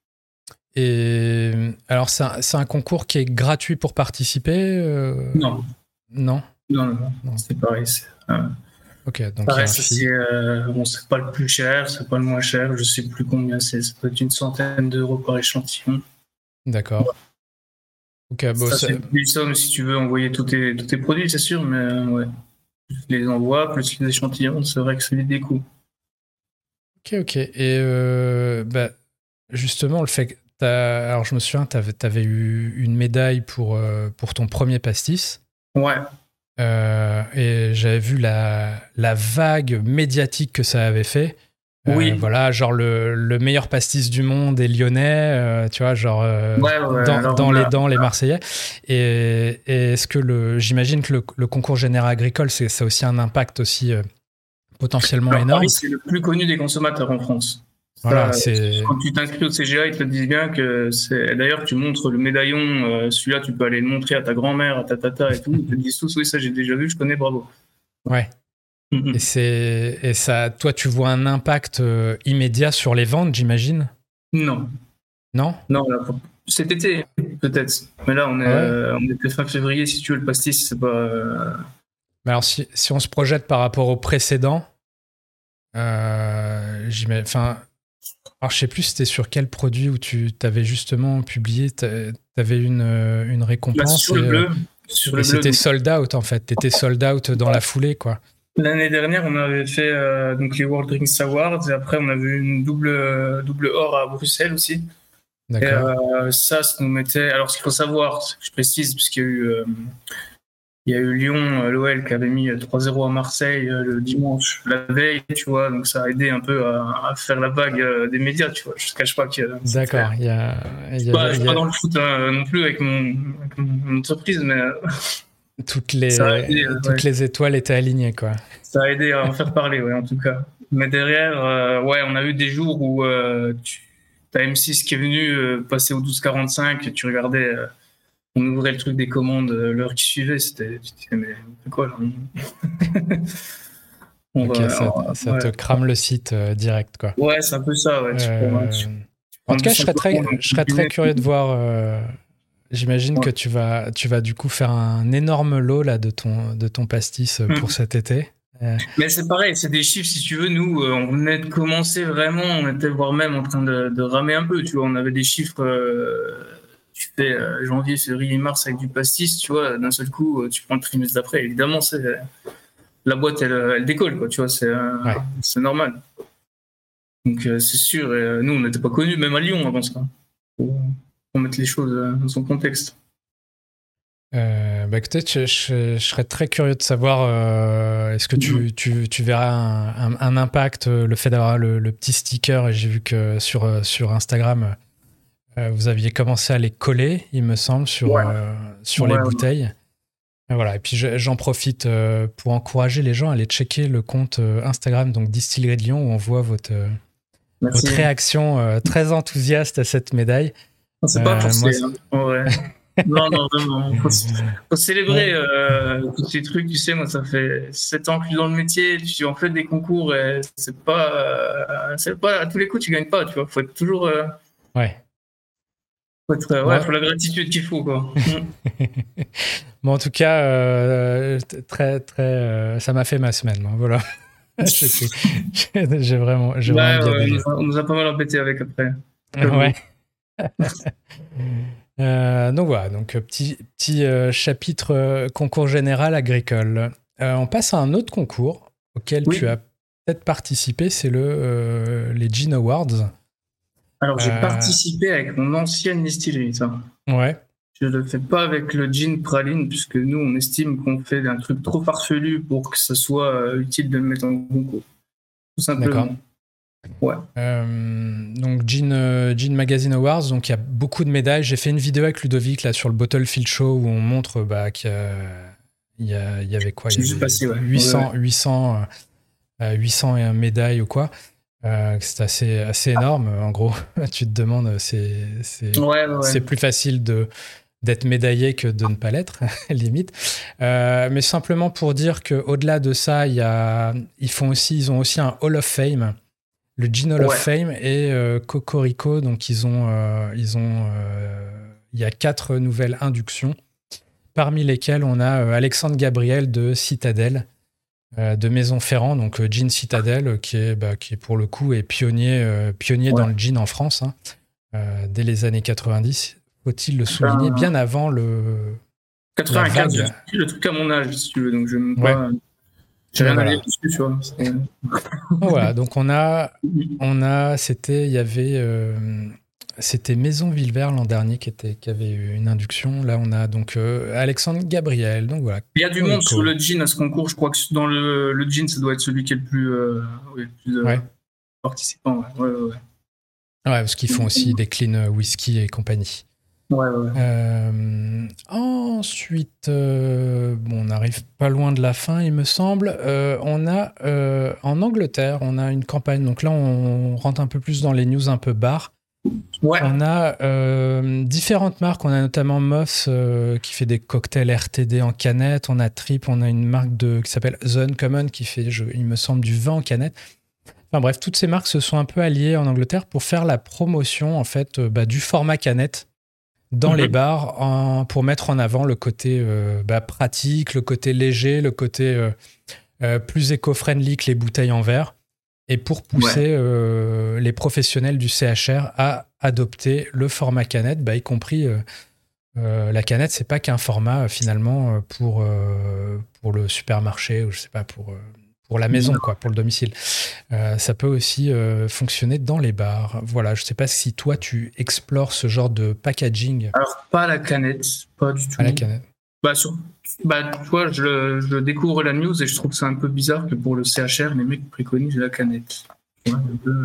Et alors, c'est un, c'est un concours qui est gratuit pour participer euh... Non. Non. Non, non, non, non. C'est pareil. C'est, euh... Ok, donc pareil, il y a un c'est, euh, bon, c'est pas le plus cher, c'est pas le moins cher, je sais plus combien c'est, ça doit être une centaine d'euros par échantillon. D'accord. Ouais. Ok, bon, ça c'est... c'est plus somme si tu veux envoyer tous tes, tous tes produits, c'est sûr, mais euh, ouais. les envois, plus les échantillons, c'est vrai que c'est des coûts. Ok, ok. Et euh, bah, justement, le fait que t'as... Alors, je me souviens, t'avais, t'avais eu une médaille pour, euh, pour ton premier pastis. Ouais. Euh, et j'avais vu la, la vague médiatique que ça avait fait. Euh, Oui. Voilà, genre le, le meilleur pastis du monde est lyonnais, euh, tu vois, genre euh, ouais, ouais, dans, dans a... les dents, les Marseillais. Et, et est-ce que le, j'imagine que le, le concours général agricole, c'est, ça a aussi un impact aussi euh, potentiellement Alors, énorme. Paris, c'est le plus connu des consommateurs en France. Voilà, Ça, c'est... Quand tu t'inscris au C G A, ils te disent bien que c'est. D'ailleurs, tu montres le médaillon, euh, celui-là, tu peux aller le montrer à ta grand-mère, à ta tata et tout. Ils te disent tous, oui, ça j'ai déjà vu, je connais, bravo. Ouais. Mm-hmm. Et, c'est... et ça, toi, tu vois un impact euh, immédiat sur les ventes, j'imagine ? Non. Non ? Non, là, cet été, peut-être. Mais là, on est, ah ouais. euh, on était fin février, si tu veux, le pastis, c'est pas. Euh... Mais alors, si, si on se projette par rapport au précédent, euh, j'imagine. Enfin. Alors, je sais plus c'était sur quel produit où tu t'avais justement publié, t'avais une, une récompense. Bah, sur et, le bleu. Sur et le c'était bleu, sold out en fait. T'étais sold out dans la foulée, quoi. L'année dernière, on avait fait euh, donc les World Drinks Awards et après, on a vu une double, double or à Bruxelles aussi. D'accord. Et euh, ça, ça nous mettait. Alors, ce qu'il faut savoir, je précise, puisqu'il y a eu. Euh, Il y a eu Lyon, l'O L qui avait mis trois zéro à Marseille le dimanche, la veille, tu vois, donc ça a aidé un peu à, à faire la vague des médias, tu vois. Je ne cache pas que. D'accord, il y a. Il y a je ne suis pas dans le foot hein, non plus avec mon, avec mon entreprise, mais. Toutes les, aidé, toutes ouais. les étoiles étaient alignées, quoi. Ça a aidé à en faire parler, ouais, en tout cas. Mais derrière, euh, ouais, on a eu des jours où euh, tu as M six qui est venu euh, passer au douze quarante-cinq, et tu regardais. Euh, on ouvrait le truc des commandes, l'heure qui suivait, c'était, tu disais, mais c'est quoi là on Ok, va, ça, on, ça ouais. te crame le site euh, direct, quoi. Ouais, c'est un peu ça, ouais. Euh, tu, tu en tout cas, je serais très, je serais très curieux de voir. Euh, j'imagine ouais. que tu vas, tu vas du coup faire un énorme lot là de ton, de ton pastis pour mmh. cet été. Euh... Mais c'est pareil, c'est des chiffres, si tu veux. Nous, euh, on venait de commencer vraiment, on était voire même en train de, de ramer un peu, tu vois. On avait des chiffres. Euh, tu fais euh, janvier, février, mars avec du pastis, tu vois, d'un seul coup, tu prends le trimestre d'après, évidemment, c'est, la boîte, elle, elle décolle, quoi, tu vois, c'est, euh, ouais. c'est normal. Donc, euh, c'est sûr, et, euh, nous, on n'était pas connus, même à Lyon avant ça, pour, pour mettre les choses euh, dans son contexte. Euh, bah écoutez, je, je, je serais très curieux de savoir, euh, est-ce que tu, mmh. tu, tu verras un, un, un impact, le fait d'avoir le, le petit sticker, et j'ai vu que sur, sur Instagram, Euh, vous aviez commencé à les coller, il me semble, sur, ouais. euh, sur ouais, les bouteilles. Ouais. Et voilà. Et puis je, j'en profite euh, pour encourager les gens à aller checker le compte euh, Instagram, donc Distillerie de Lyon, où on voit votre, euh, votre réaction euh, très enthousiaste à cette médaille. C'est euh, pas pour moi, c'est... Hein. Ouais. Non, non, vraiment. Faut, faut célébrer ouais. euh, tous ces trucs. Tu sais, moi, ça fait sept ans que je suis dans le métier. Tu en fais des concours et c'est pas, euh, c'est pas à tous les coups, tu gagnes pas. Tu vois, faut être toujours. Euh... Ouais. Faut être, ouais, ouais. faut la gratitude qu'il faut, quoi. Bon, en tout cas, euh, très, très, euh, ça m'a fait ma semaine. Hein, voilà. j'ai vraiment, j'ai ouais, vraiment bien ouais, aimé. On nous a pas mal embêté avec après. Ouais. euh, donc voilà, donc petit, petit euh, chapitre euh, concours général agricole. Euh, on passe à un autre concours auquel oui. tu as peut-être participé, c'est le euh, les Gin Awards. Alors j'ai euh... participé avec mon ancienne distillerie, ça. Ouais. Je ne le fais pas avec le gin praline, puisque nous, on estime qu'on fait un truc trop farfelu pour que ça soit utile de le mettre en concours. Tout simplement. D'accord. Ouais. Euh, donc Gin, euh, Gin Magazine Awards, donc il y a beaucoup de médailles. J'ai fait une vidéo avec Ludovic là sur le Bottle Field Show où on montre bah, qu'il y, a, il y, a, il y avait quoi il y avait passé, ouais. huit cents, ouais, ouais. huit cents, euh, huit cents médailles ou quoi. Euh, c'est assez, assez énorme. En gros, tu te demandes, c'est, c'est, ouais, ouais. c'est plus facile de, d'être médaillé que de ne pas l'être, limite. Euh, mais simplement pour dire qu'au-delà de ça, il y a, ils, font aussi, ils ont aussi un Hall of Fame. Le Gin Hall ouais. of Fame et euh, Cocorico, donc ils ont, euh, ils ont, euh, il y a quatre nouvelles inductions, parmi lesquelles on a euh, Alexandre Gabriel de Citadel, euh, de Maison Ferrand, donc euh, Gin Citadel, qui est, bah, qui est pour le coup est pionnier, euh, pionnier ouais. dans le gin en France, hein, euh, dès les années quatre-vingt-dix, faut-il le souligner, euh, bien avant le quatre-vingt-quinze, le truc à mon âge, si tu veux, donc je ne ouais. pas. J'ai rien voilà. à dire dessus, tu vois. Voilà, donc on a, on a, c'était, il y avait, euh, c'était Maison Villevert l'an dernier qui était, qui avait eu une induction. Là, on a donc euh, Alexandre Gabriel. Donc voilà. Il y a du monde sur le jean à ce concours. Je crois que dans le, le jean, ça doit être celui qui est le plus, euh, oui, le plus euh, ouais. participant. Ouais, ouais, ouais. Ouais, parce qu'ils font aussi des clean whisky et compagnie. Ouais, ouais. Euh, ensuite, euh, bon, on n'arrive pas loin de la fin, il me semble. Euh, on a euh, en Angleterre, on a une campagne. Donc là, on rentre un peu plus dans les news un peu bar. Ouais. On a euh, différentes marques. On a notamment Moss euh, qui fait des cocktails R T D en canette. On a Trip. On a une marque de, qui s'appelle The Uncommon qui fait, je, il me semble, du vin en canette. Enfin bref, toutes ces marques se sont un peu alliées en Angleterre pour faire la promotion en fait euh, bah, du format canette dans mmh. les bars en, pour mettre en avant le côté euh, bah, pratique, le côté léger, le côté euh, euh, plus éco-friendly que les bouteilles en verre, et pour pousser ouais. euh, les professionnels du C H R à adopter le format canette, bah, y compris euh, euh, la canette, c'est pas qu'un format euh, finalement pour, euh, pour le supermarché ou je sais pas, pour, euh, pour la maison, quoi, pour le domicile. Euh, ça peut aussi euh, fonctionner dans les bars. Voilà, je sais pas si toi tu explores ce genre de packaging. Alors pas la canette, pas du tout. À la canette. Bah, sur, bah tu vois, je, je découvre la news et je trouve que c'est un peu bizarre que pour le C H R, les mecs préconisent la canette. Ouais, peu...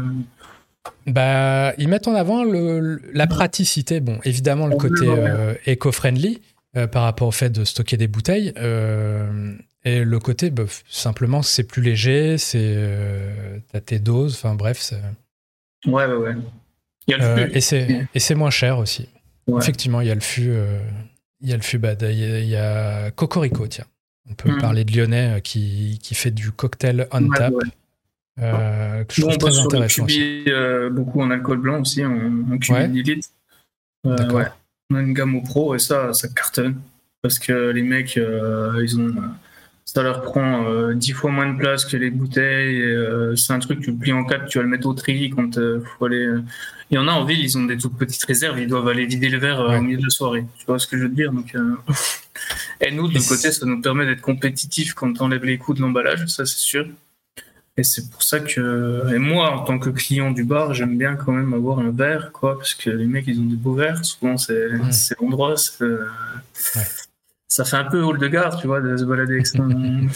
Bah, ils mettent en avant le, le, la praticité. Bon, évidemment, le côté euh, éco-friendly euh, par rapport au fait de stocker des bouteilles. Euh, et le côté, bah, simplement, c'est plus léger, c'est, euh, t'as tes doses, enfin bref. C'est... Ouais, ouais, ouais. Il y a le euh, fût. Et c'est, et c'est moins cher aussi. Ouais. Effectivement, il y a le fût, euh, il y a le fût bad. Il y a, il y a Cocorico, tiens. On peut mmh. parler de Lyonnais qui, qui fait du cocktail on ouais, tap. Ouais. Euh, que je Nous, trouve on très intéressant aussi. Euh, beaucoup en alcool blanc aussi, en, en cubi ouais. de dix litres. Euh, D'accord. Ouais. On a une gamme au pro et ça, ça cartonne. Parce que les mecs, euh, ils ont, ça leur prend euh, dix fois moins de place que les bouteilles. Et, euh, c'est un truc, tu le plies en quatre, tu vas le mettre au tri quand euh, faut aller. Il y en a en ville, ils ont des toutes petites réserves, ils doivent aller vider le verre euh, ouais. au milieu de la soirée. Tu vois ce que je veux dire? Donc, euh... Et nous, de notre côté, ça nous permet d'être compétitifs quand on enlève les coûts de l'emballage, ça c'est sûr. Et c'est pour ça que, et moi, en tant que client du bar, j'aime bien quand même avoir un verre, quoi, parce que les mecs, ils ont des beaux verres. Souvent, c'est, mmh. c'est l'endroit, c'est, ouais. ça fait un peu hall de gare, tu vois, de se balader avec son.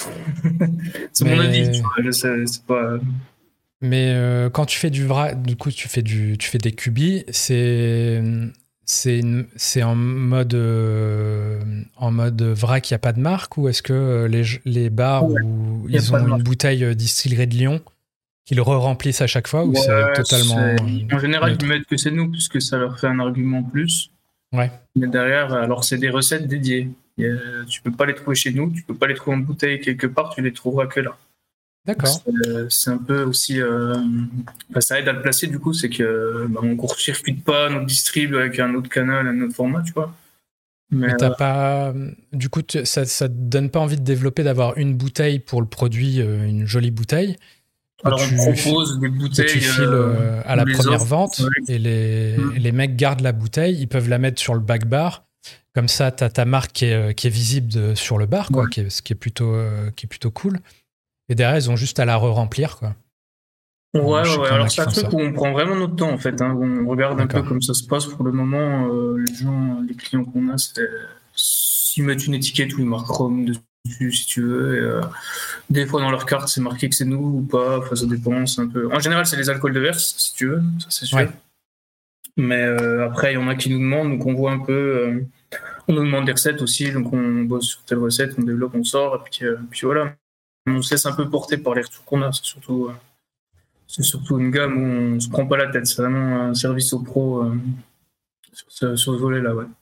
C'est Mais... mon avis, tu vois, je sais, c'est pas. Mais euh, quand tu fais du vrac, du coup, tu fais du, tu fais des cubis, c'est. C'est, une, c'est en mode euh, en mode vrac, il n'y a pas de marque, ou est-ce que les, les bars ouais, où ils ont une bouteille distillerie de Lyon qu'ils re-remplissent à chaque fois, ou ouais, c'est totalement c'est... En général, neutre. Ils mettent que c'est nous, puisque ça leur fait un argument plus. Ouais. Mais derrière, alors c'est des recettes dédiées. A, tu peux pas les trouver chez nous, tu peux pas les trouver en bouteille quelque part, tu les trouveras que là. D'accord. C'est, c'est un peu aussi... Euh, enfin, ça aide à le placer, du coup, c'est que bah, on court-circuite pas notre distrib avec un autre canal, un autre format, tu vois. Mais, Mais t'as euh, pas... Du coup, ça, ça te donne pas envie de développer, d'avoir une bouteille pour le produit, une jolie bouteille. Alors, tu, on propose des bouteilles... Que tu files euh, à la première offres, vente, ouais. et, les, mmh. et les mecs gardent la bouteille, ils peuvent la mettre sur le back bar. Comme ça, t'as ta marque qui est, qui est visible de, sur le bar, quoi, ouais. qui est, ce qui est, plutôt, euh, qui est plutôt cool. Et derrière, ils ont juste à la re-remplir, quoi. Ouais, ouais, ouais. Alors c'est un truc ça. Où on prend vraiment notre temps, en fait. Hein. On regarde D'accord. un peu comme ça se passe. Pour le moment, euh, les gens, les clients qu'on a, c'est s'ils mettent une étiquette ou ils marquent Chrome dessus, si tu veux. Et, euh, des fois, dans leur carte, c'est marqué que c'est nous ou pas. Enfin, ça dépend. C'est un peu... En général, c'est les alcools de verse, si tu veux. Ça, c'est sûr. Ouais. Mais euh, après, il y en a qui nous demandent. Donc, on voit un peu... Euh, on nous demande des recettes aussi. Donc, on bosse sur telle recette, on développe, on sort. Et puis, euh, puis voilà. On se laisse un peu porter par les retours qu'on a. C'est surtout, euh, c'est surtout une gamme où on ne se prend pas la tête. C'est vraiment un service aux pros euh, sur, ce, sur ce volet-là. Ouais.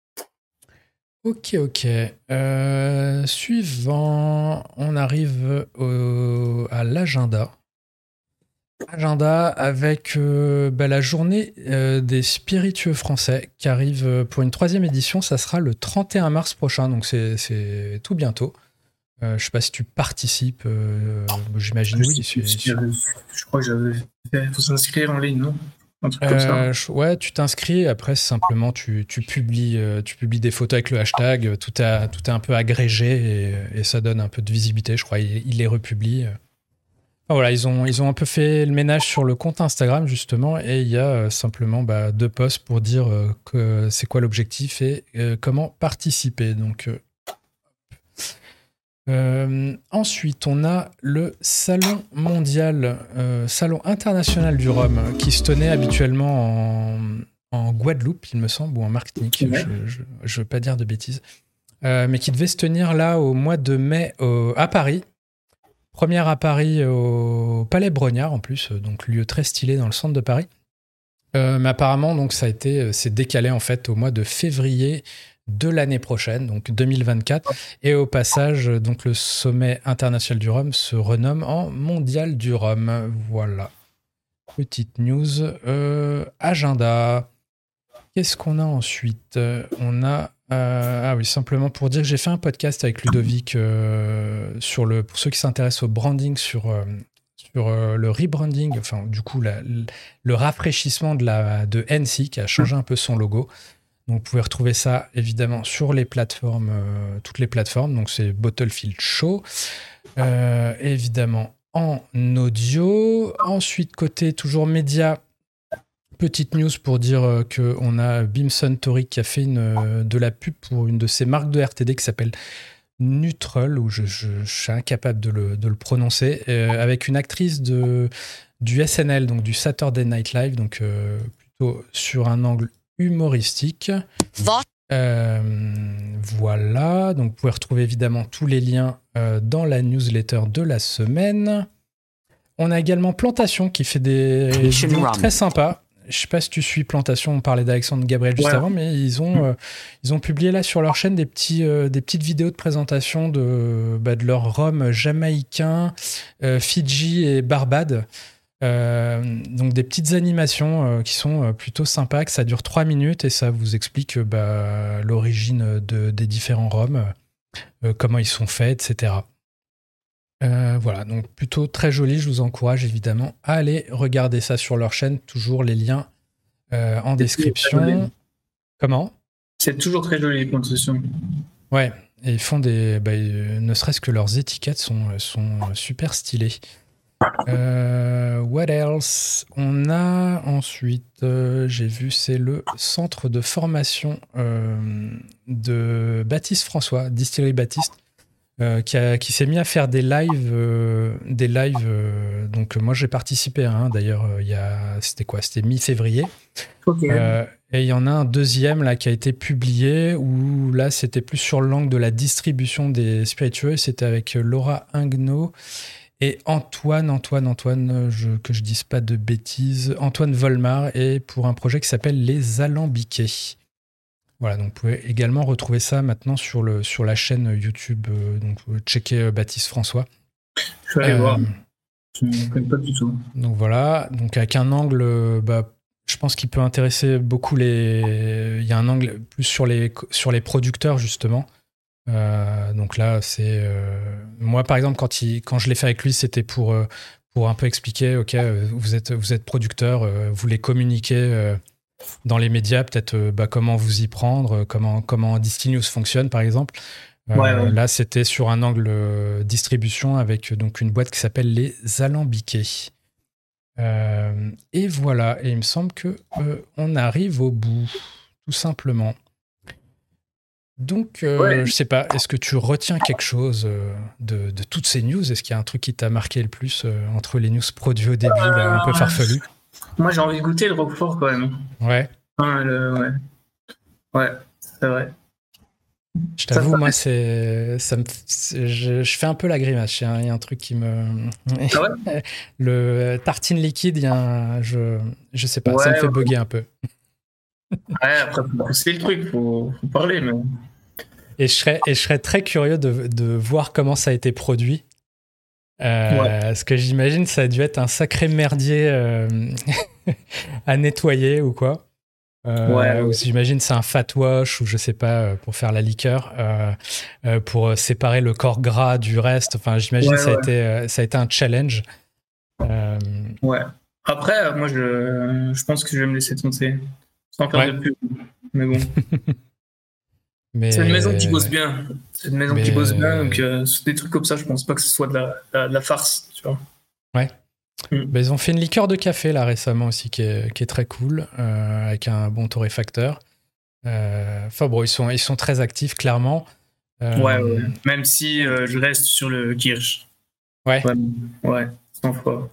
Ok, ok. Euh, suivant, on arrive au, à l'agenda. Agenda avec euh, bah, la journée euh, des spiritueux français qui arrive pour une troisième édition. Ça sera le trente et un mars prochain, donc c'est, c'est tout bientôt. Euh, je ne sais pas si tu participes, euh, j'imagine je oui. Sais, je, je crois que j'avais fait. Il faut s'inscrire en ligne, non? un truc comme euh, ça. Ouais, tu t'inscris. Après, simplement, tu, tu, publies, euh, tu publies des photos avec le hashtag. Tout est, tout est un peu agrégé et, et ça donne un peu de visibilité. Je crois il, il les republie. Enfin, voilà, ils ont, ils ont un peu fait le ménage sur le compte Instagram, justement. Et il y a euh, simplement bah, deux posts pour dire euh, que c'est quoi l'objectif et euh, comment participer. Donc. Euh, Euh, ensuite, on a le Salon mondial, euh, Salon international du rhum, qui se tenait habituellement en, en Guadeloupe, il me semble, ou en Martinique, Ouais. je ne veux pas dire de bêtises, euh, mais qui devait se tenir là au mois de mai au, à Paris. Première à Paris au Palais Brognard, en plus, donc lieu très stylé dans le centre de Paris. Euh, mais apparemment, donc, ça a été, c'est décalé en fait au mois de février de l'année prochaine, donc deux mille vingt-quatre. Et au passage, donc le sommet international du rhum se renomme en mondial du rhum. Voilà. Petite news. Euh, agenda. Qu'est-ce qu'on a ensuite ? On a... Euh, ah oui, simplement pour dire que j'ai fait un podcast avec Ludovic euh, sur le, pour ceux qui s'intéressent au branding, sur, euh, sur euh, le rebranding, enfin du coup la, le rafraîchissement de, la, de N C qui a changé un peu son logo. Donc, vous pouvez retrouver ça, évidemment, sur les plateformes, euh, toutes les plateformes. Donc, c'est Bottlefield Show. Euh, évidemment, en audio. Ensuite, côté toujours média, petite news pour dire euh, qu'on a Bimson Tori qui a fait une, euh, de la pub pour une de ses marques de R T D qui s'appelle Nutrol, où je, je, je suis incapable de le, de le prononcer, euh, avec une actrice de, du S N L, donc du Saturday Night Live, donc euh, plutôt sur un angle humoristique. Euh, voilà, donc vous pouvez retrouver évidemment tous les liens euh, dans la newsletter de la semaine. On a également Plantation qui fait des vidéos très sympas. Je sais pas si tu suis Plantation, on parlait d'Alexandre Gabriel juste ouais. avant, mais ils ont, euh, ils ont publié là sur leur chaîne des, petits, euh, des petites vidéos de présentation de, bah, de leur rhum jamaïcain, euh, Fidji et Barbade. Euh, donc des petites animations euh, qui sont euh, plutôt sympas, que ça dure trois minutes et ça vous explique euh, bah, l'origine de, des différents rhums, euh, comment ils sont faits, et cetera. Euh, voilà, donc plutôt très joli, je vous encourage évidemment à aller regarder ça sur leur chaîne, toujours les liens euh, en c'est description. Comment ? C'est toujours très joli les plantations. Ouais, et ils font des... Bah, euh, ne serait-ce que leurs étiquettes sont, sont super stylées. Euh, what else ? On a ensuite, euh, j'ai vu, c'est le centre de formation euh, de Baptiste François, Distillerie Baptiste, euh, qui, a, qui s'est mis à faire des lives. Euh, des lives euh, donc, moi, j'ai participé à un, d'ailleurs, euh, il y a, c'était quoi ? C'était mi-février. Okay. Euh, et il y en a un deuxième là, qui a été publié, où là, c'était plus sur l'angle de la distribution des spiritueux. C'était avec Laura Ingnaud. Et Antoine, Antoine, Antoine, je, que je dise pas de bêtises, Antoine Volmar, et pour un projet qui s'appelle Les Alambiqués. Voilà, donc vous pouvez également retrouver ça maintenant sur, le, sur la chaîne YouTube. Euh, donc vous checkez euh, Baptiste François. Je vais aller euh, voir. Je ne connais pas du tout. Donc voilà, donc avec un angle, bah, je pense qu'il peut intéresser beaucoup les. Il y a un angle plus sur les, sur les producteurs justement. Euh, donc là, c'est euh, moi par exemple quand il quand je l'ai fait avec lui, c'était pour euh, pour un peu expliquer, ok, euh, vous êtes vous êtes producteur, euh, vous les communiquez euh, dans les médias, peut-être euh, bah, comment vous y prendre, comment comment Distill News fonctionne par exemple. Euh, ouais, ouais. Là, c'était sur un angle euh, distribution avec donc une boîte qui s'appelle les Alambiqués. Euh, et voilà, et il me semble que euh, on arrive au bout, tout simplement. Donc, euh, ouais. je sais pas, est-ce que tu retiens quelque chose euh, de, de toutes ces news ? Est-ce qu'il y a un truc qui t'a marqué le plus euh, entre les news produits au début, euh, là, un peu farfelu ? Moi, j'ai envie de goûter le Roquefort quand même. Ouais. Ah, le, ouais. Ouais, c'est vrai. Je t'avoue, ça, moi, c'est, ça me, c'est, je, je fais un peu la grimace. Il y a un, il y a un truc qui me. Ah ouais. Le tartine liquide, il y a un, je, je sais pas, ouais, ça me fait ouais. bugger un peu. Ouais, après, faut pousser le truc, faut, faut parler, mais. Et je serais, et je serais très curieux de, de voir comment ça a été produit. Euh, ouais. Parce que j'imagine ça a dû être un sacré merdier euh, à nettoyer ou quoi. Euh, ouais, ou ouais. J'imagine c'est un fat wash ou je sais pas pour faire la liqueur, euh, euh, pour séparer le corps gras du reste. Enfin, j'imagine ouais, ça, ouais. A été, ça a été un challenge. Euh, ouais. Après, moi, je, je pense que je vais me laisser tenter. Sans faire Ouais. de pub. Mais bon. Mais... C'est une maison qui bosse bien. C'est une maison Mais... qui bosse bien. Donc, euh, des trucs comme ça, je pense pas que ce soit de la, la, de la farce. Tu vois. Ouais. Mm. Ben, ils ont fait une liqueur de café là récemment aussi qui est, qui est très cool, euh, avec un bon torréfacteur. Euh, enfin bon, ils sont, ils sont très actifs clairement. Euh, Ouais, ouais. Même si euh, je reste sur le Kirsch. Ouais. Ouais, ouais, cent fois.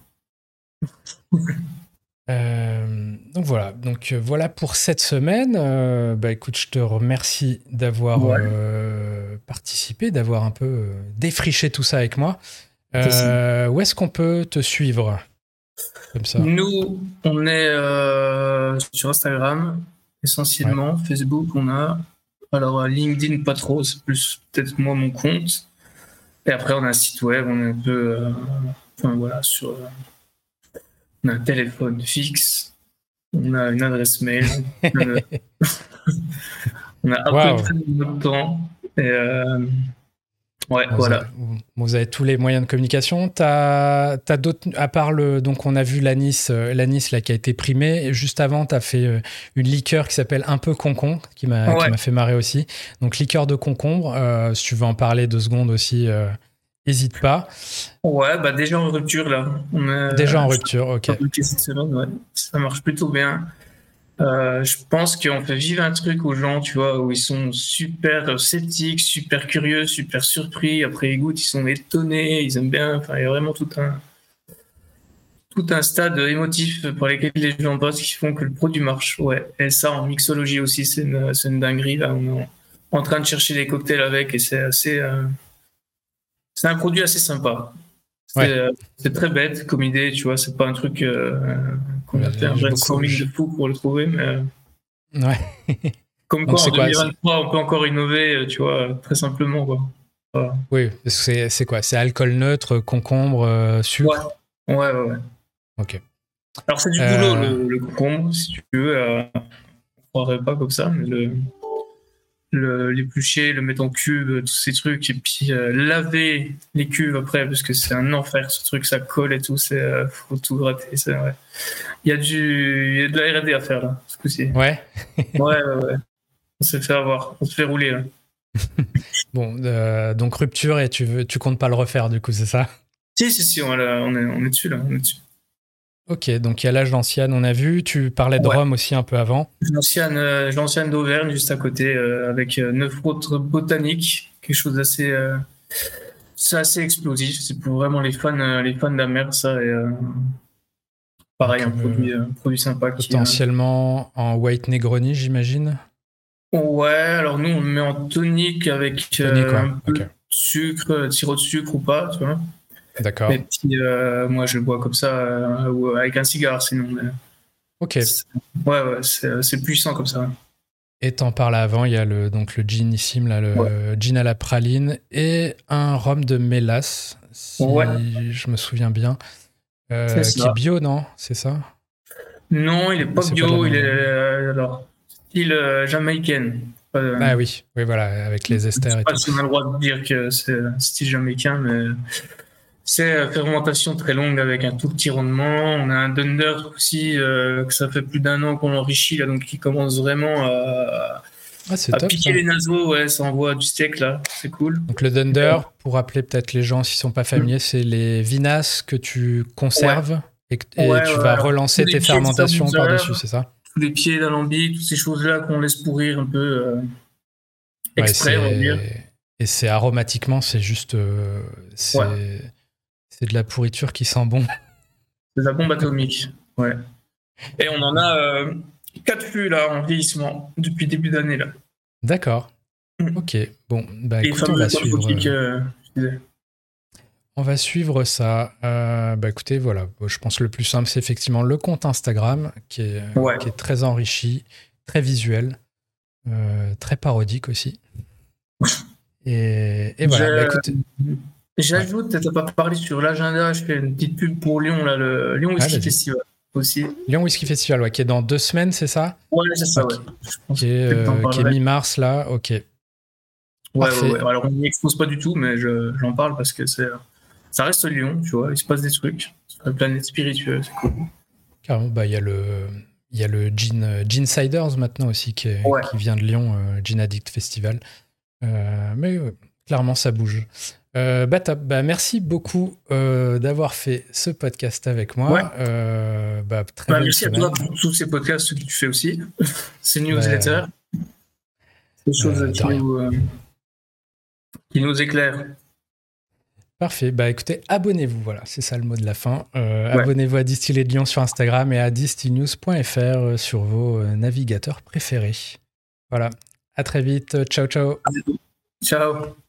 Euh, donc voilà, donc euh, voilà pour cette semaine. Euh, bah écoute, je te remercie d'avoir Ouais. euh, participé, d'avoir un peu euh, défriché tout ça avec moi. Euh, où est-ce qu'on peut te suivre comme ça? Nous, on est euh, sur Instagram essentiellement, ouais. Facebook, on a. Alors LinkedIn pas trop, c'est plus peut-être moi mon compte. Et après on a un site web, on est un peu, euh, enfin voilà, sur. Euh, on a un téléphone fixe, on a une adresse mail, on a, on a à wow. peu près notre temps. Et euh, ouais, vous voilà. Avez, vous avez tous les moyens de communication. T'as, t'as d'autres, à part le, donc on a vu l'anis, euh, l'anis là qui a été primé. Et juste avant, t'as fait euh, une liqueur qui s'appelle Un peu concombre, qui m'a, ouais. qui m'a fait marrer aussi. Donc liqueur de concombre. Euh, si tu veux en parler deux secondes aussi, euh, n'hésite pas. Ouais, bah déjà en rupture là. On a, déjà en rupture, ok. Cette semaine, ouais. Ça marche plutôt bien. Euh, je pense qu'on fait vivre un truc aux gens, tu vois, où ils sont super sceptiques, super curieux, super surpris. Après, ils goûtent, ils sont étonnés, ils aiment bien. Enfin, il y a vraiment tout un, tout un stade émotif pour lesquels les gens passent qui font que le produit marche. Ouais. Et ça, en mixologie aussi, c'est une, c'est une dinguerie. Là, on est en train de chercher des cocktails avec et c'est assez. Euh... C'est un produit assez sympa. C'est, ouais. euh, c'est très bête comme idée, tu vois. C'est pas un truc euh, qu'on ouais, a fait un brainstorming de fou pour le trouver, mais. Euh... Ouais. Comme Donc quoi, c'est en quoi, deux mille vingt-trois, c'est... on peut encore innover, tu vois, très simplement, quoi. Voilà. Oui, c'est, c'est quoi? C'est alcool neutre, concombre, euh, sucre? Ouais, ouais, ouais. ouais. Ok. Alors, c'est du euh... boulot, le, le concombre, si tu veux. Euh, on ne croirait pas comme ça, mais le, le, l'éplucher, le mettre en cube, tous ces trucs, et puis euh, laver les cuves après, parce que c'est un enfer, ce truc, ça colle et tout, c'est euh, faut tout gratter, c'est vrai. Il y a du, il y a de la R et D à faire, là, ce coup-ci. Ouais. ouais, ouais, ouais. On s'est fait avoir, on se fait rouler, là. Bon, euh, donc rupture, et tu, veux, tu comptes pas le refaire, du coup, c'est ça? Si, si, si, on, là, on, est, on est dessus, là, on est dessus. Ok, donc il y a l'âge d'ancienne, on a vu. Tu parlais de ouais. Rome aussi un peu avant. L'ancienne, euh, l'ancienne d'Auvergne, juste à côté, euh, avec euh, neuf autres botaniques, quelque chose d'assez, euh, c'est assez explosif. C'est pour vraiment les fans, euh, les fans de la mer, ça. Et, euh, pareil, donc, un produit, euh, produit sympa. Potentiellement qui, euh... en white Negroni, j'imagine. Ouais, alors nous on le met en tonique avec tonique, euh, ouais. un peu okay. de sucre, sirop de sucre ou pas, tu vois. D'accord. Et puis euh, moi je le bois comme ça, euh, ou avec un cigare sinon. Mais... Ok. C'est... Ouais, ouais, c'est, c'est puissant comme ça. Et t'en parlais avant, il y a le, donc le ginissime, là, le ouais. gin à la praline et un rhum de mélasse, si ouais. je me souviens bien, euh, qui est bio, non? C'est ça? Non, il est pas c'est bio, pas il est euh, alors style euh, jamaïcaine. Euh, ah oui, oui, voilà, avec les esters et tout. Je sais pas si on a le droit de dire que c'est style jamaïcain, mais c'est fermentation très longue avec un tout petit rendement. On a un Dunder aussi, euh, que ça fait plus d'un an qu'on l'enrichit, là, donc qui commence vraiment à, ah, c'est à top, piquer ça. les naseaux. Ouais, ça envoie du steak, là, c'est cool. Donc le Dunder, pour rappeler peut-être les gens s'ils sont pas familiers, mmh. c'est les vinasses que tu conserves ouais. et, que, et ouais, tu ouais, vas alors, relancer tes fermentations par-dessus, c'est ça? Tous les pieds d'alambic, toutes ces choses-là qu'on laisse pourrir un peu euh, exprès, ouais, on va dire. Et c'est aromatiquement, c'est juste... Euh, c'est... Ouais. C'est de la pourriture qui sent bon. C'est de la bombe atomique, ouais. Et on en a euh, quatre fûts là en vieillissement depuis début d'année là. D'accord. Mmh. Ok. Bon, bah Et écoute, on va suivre. Euh, on va suivre ça. Euh, bah écoutez, voilà. Je pense que le plus simple, c'est effectivement le compte Instagram qui est, ouais. qui est très enrichi, très visuel, euh, très parodique aussi. Et, et voilà. Je... Bah, écoute. J'ajoute, ouais. Tu n'as pas parlé sur l'agenda, je fais une petite pub pour Lyon, là, le Lyon Whisky ah, Festival aussi. Lyon Whisky Festival, ouais, qui est dans deux semaines, c'est ça? Ouais, c'est ça, okay. ouais. Je pense qui, est, euh, qui est mi-mars, là, ok. Ouais, ouais, ouais, alors on n'y expose pas du tout, mais je, j'en parle parce que c'est, ça reste Lyon, tu vois, il se passe des trucs. C'est une planète spirituelle, c'est cool. Carrément, bah, il y a le, il y a le Gin, Gin Ciders maintenant aussi qui, est, Ouais. qui vient de Lyon, euh, Gin Addict Festival. Euh, mais euh, clairement, ça bouge. Euh, bah, top. Bah, merci beaucoup euh, d'avoir fait ce podcast avec moi. Ouais. Euh, bah, très bah, bonne merci semaine. à toi pour tous ces podcasts que tu fais aussi. Ces newsletters. Bah, ces choses euh, qui, nous, euh, qui nous éclairent. Parfait. Bah écoutez, abonnez-vous. Voilà, c'est ça le mot de la fin. Euh, ouais. Abonnez-vous à Distillé de Lyon sur Instagram et à distinews point f r sur vos euh, navigateurs préférés. Voilà. À très vite. Ciao, ciao. Ciao.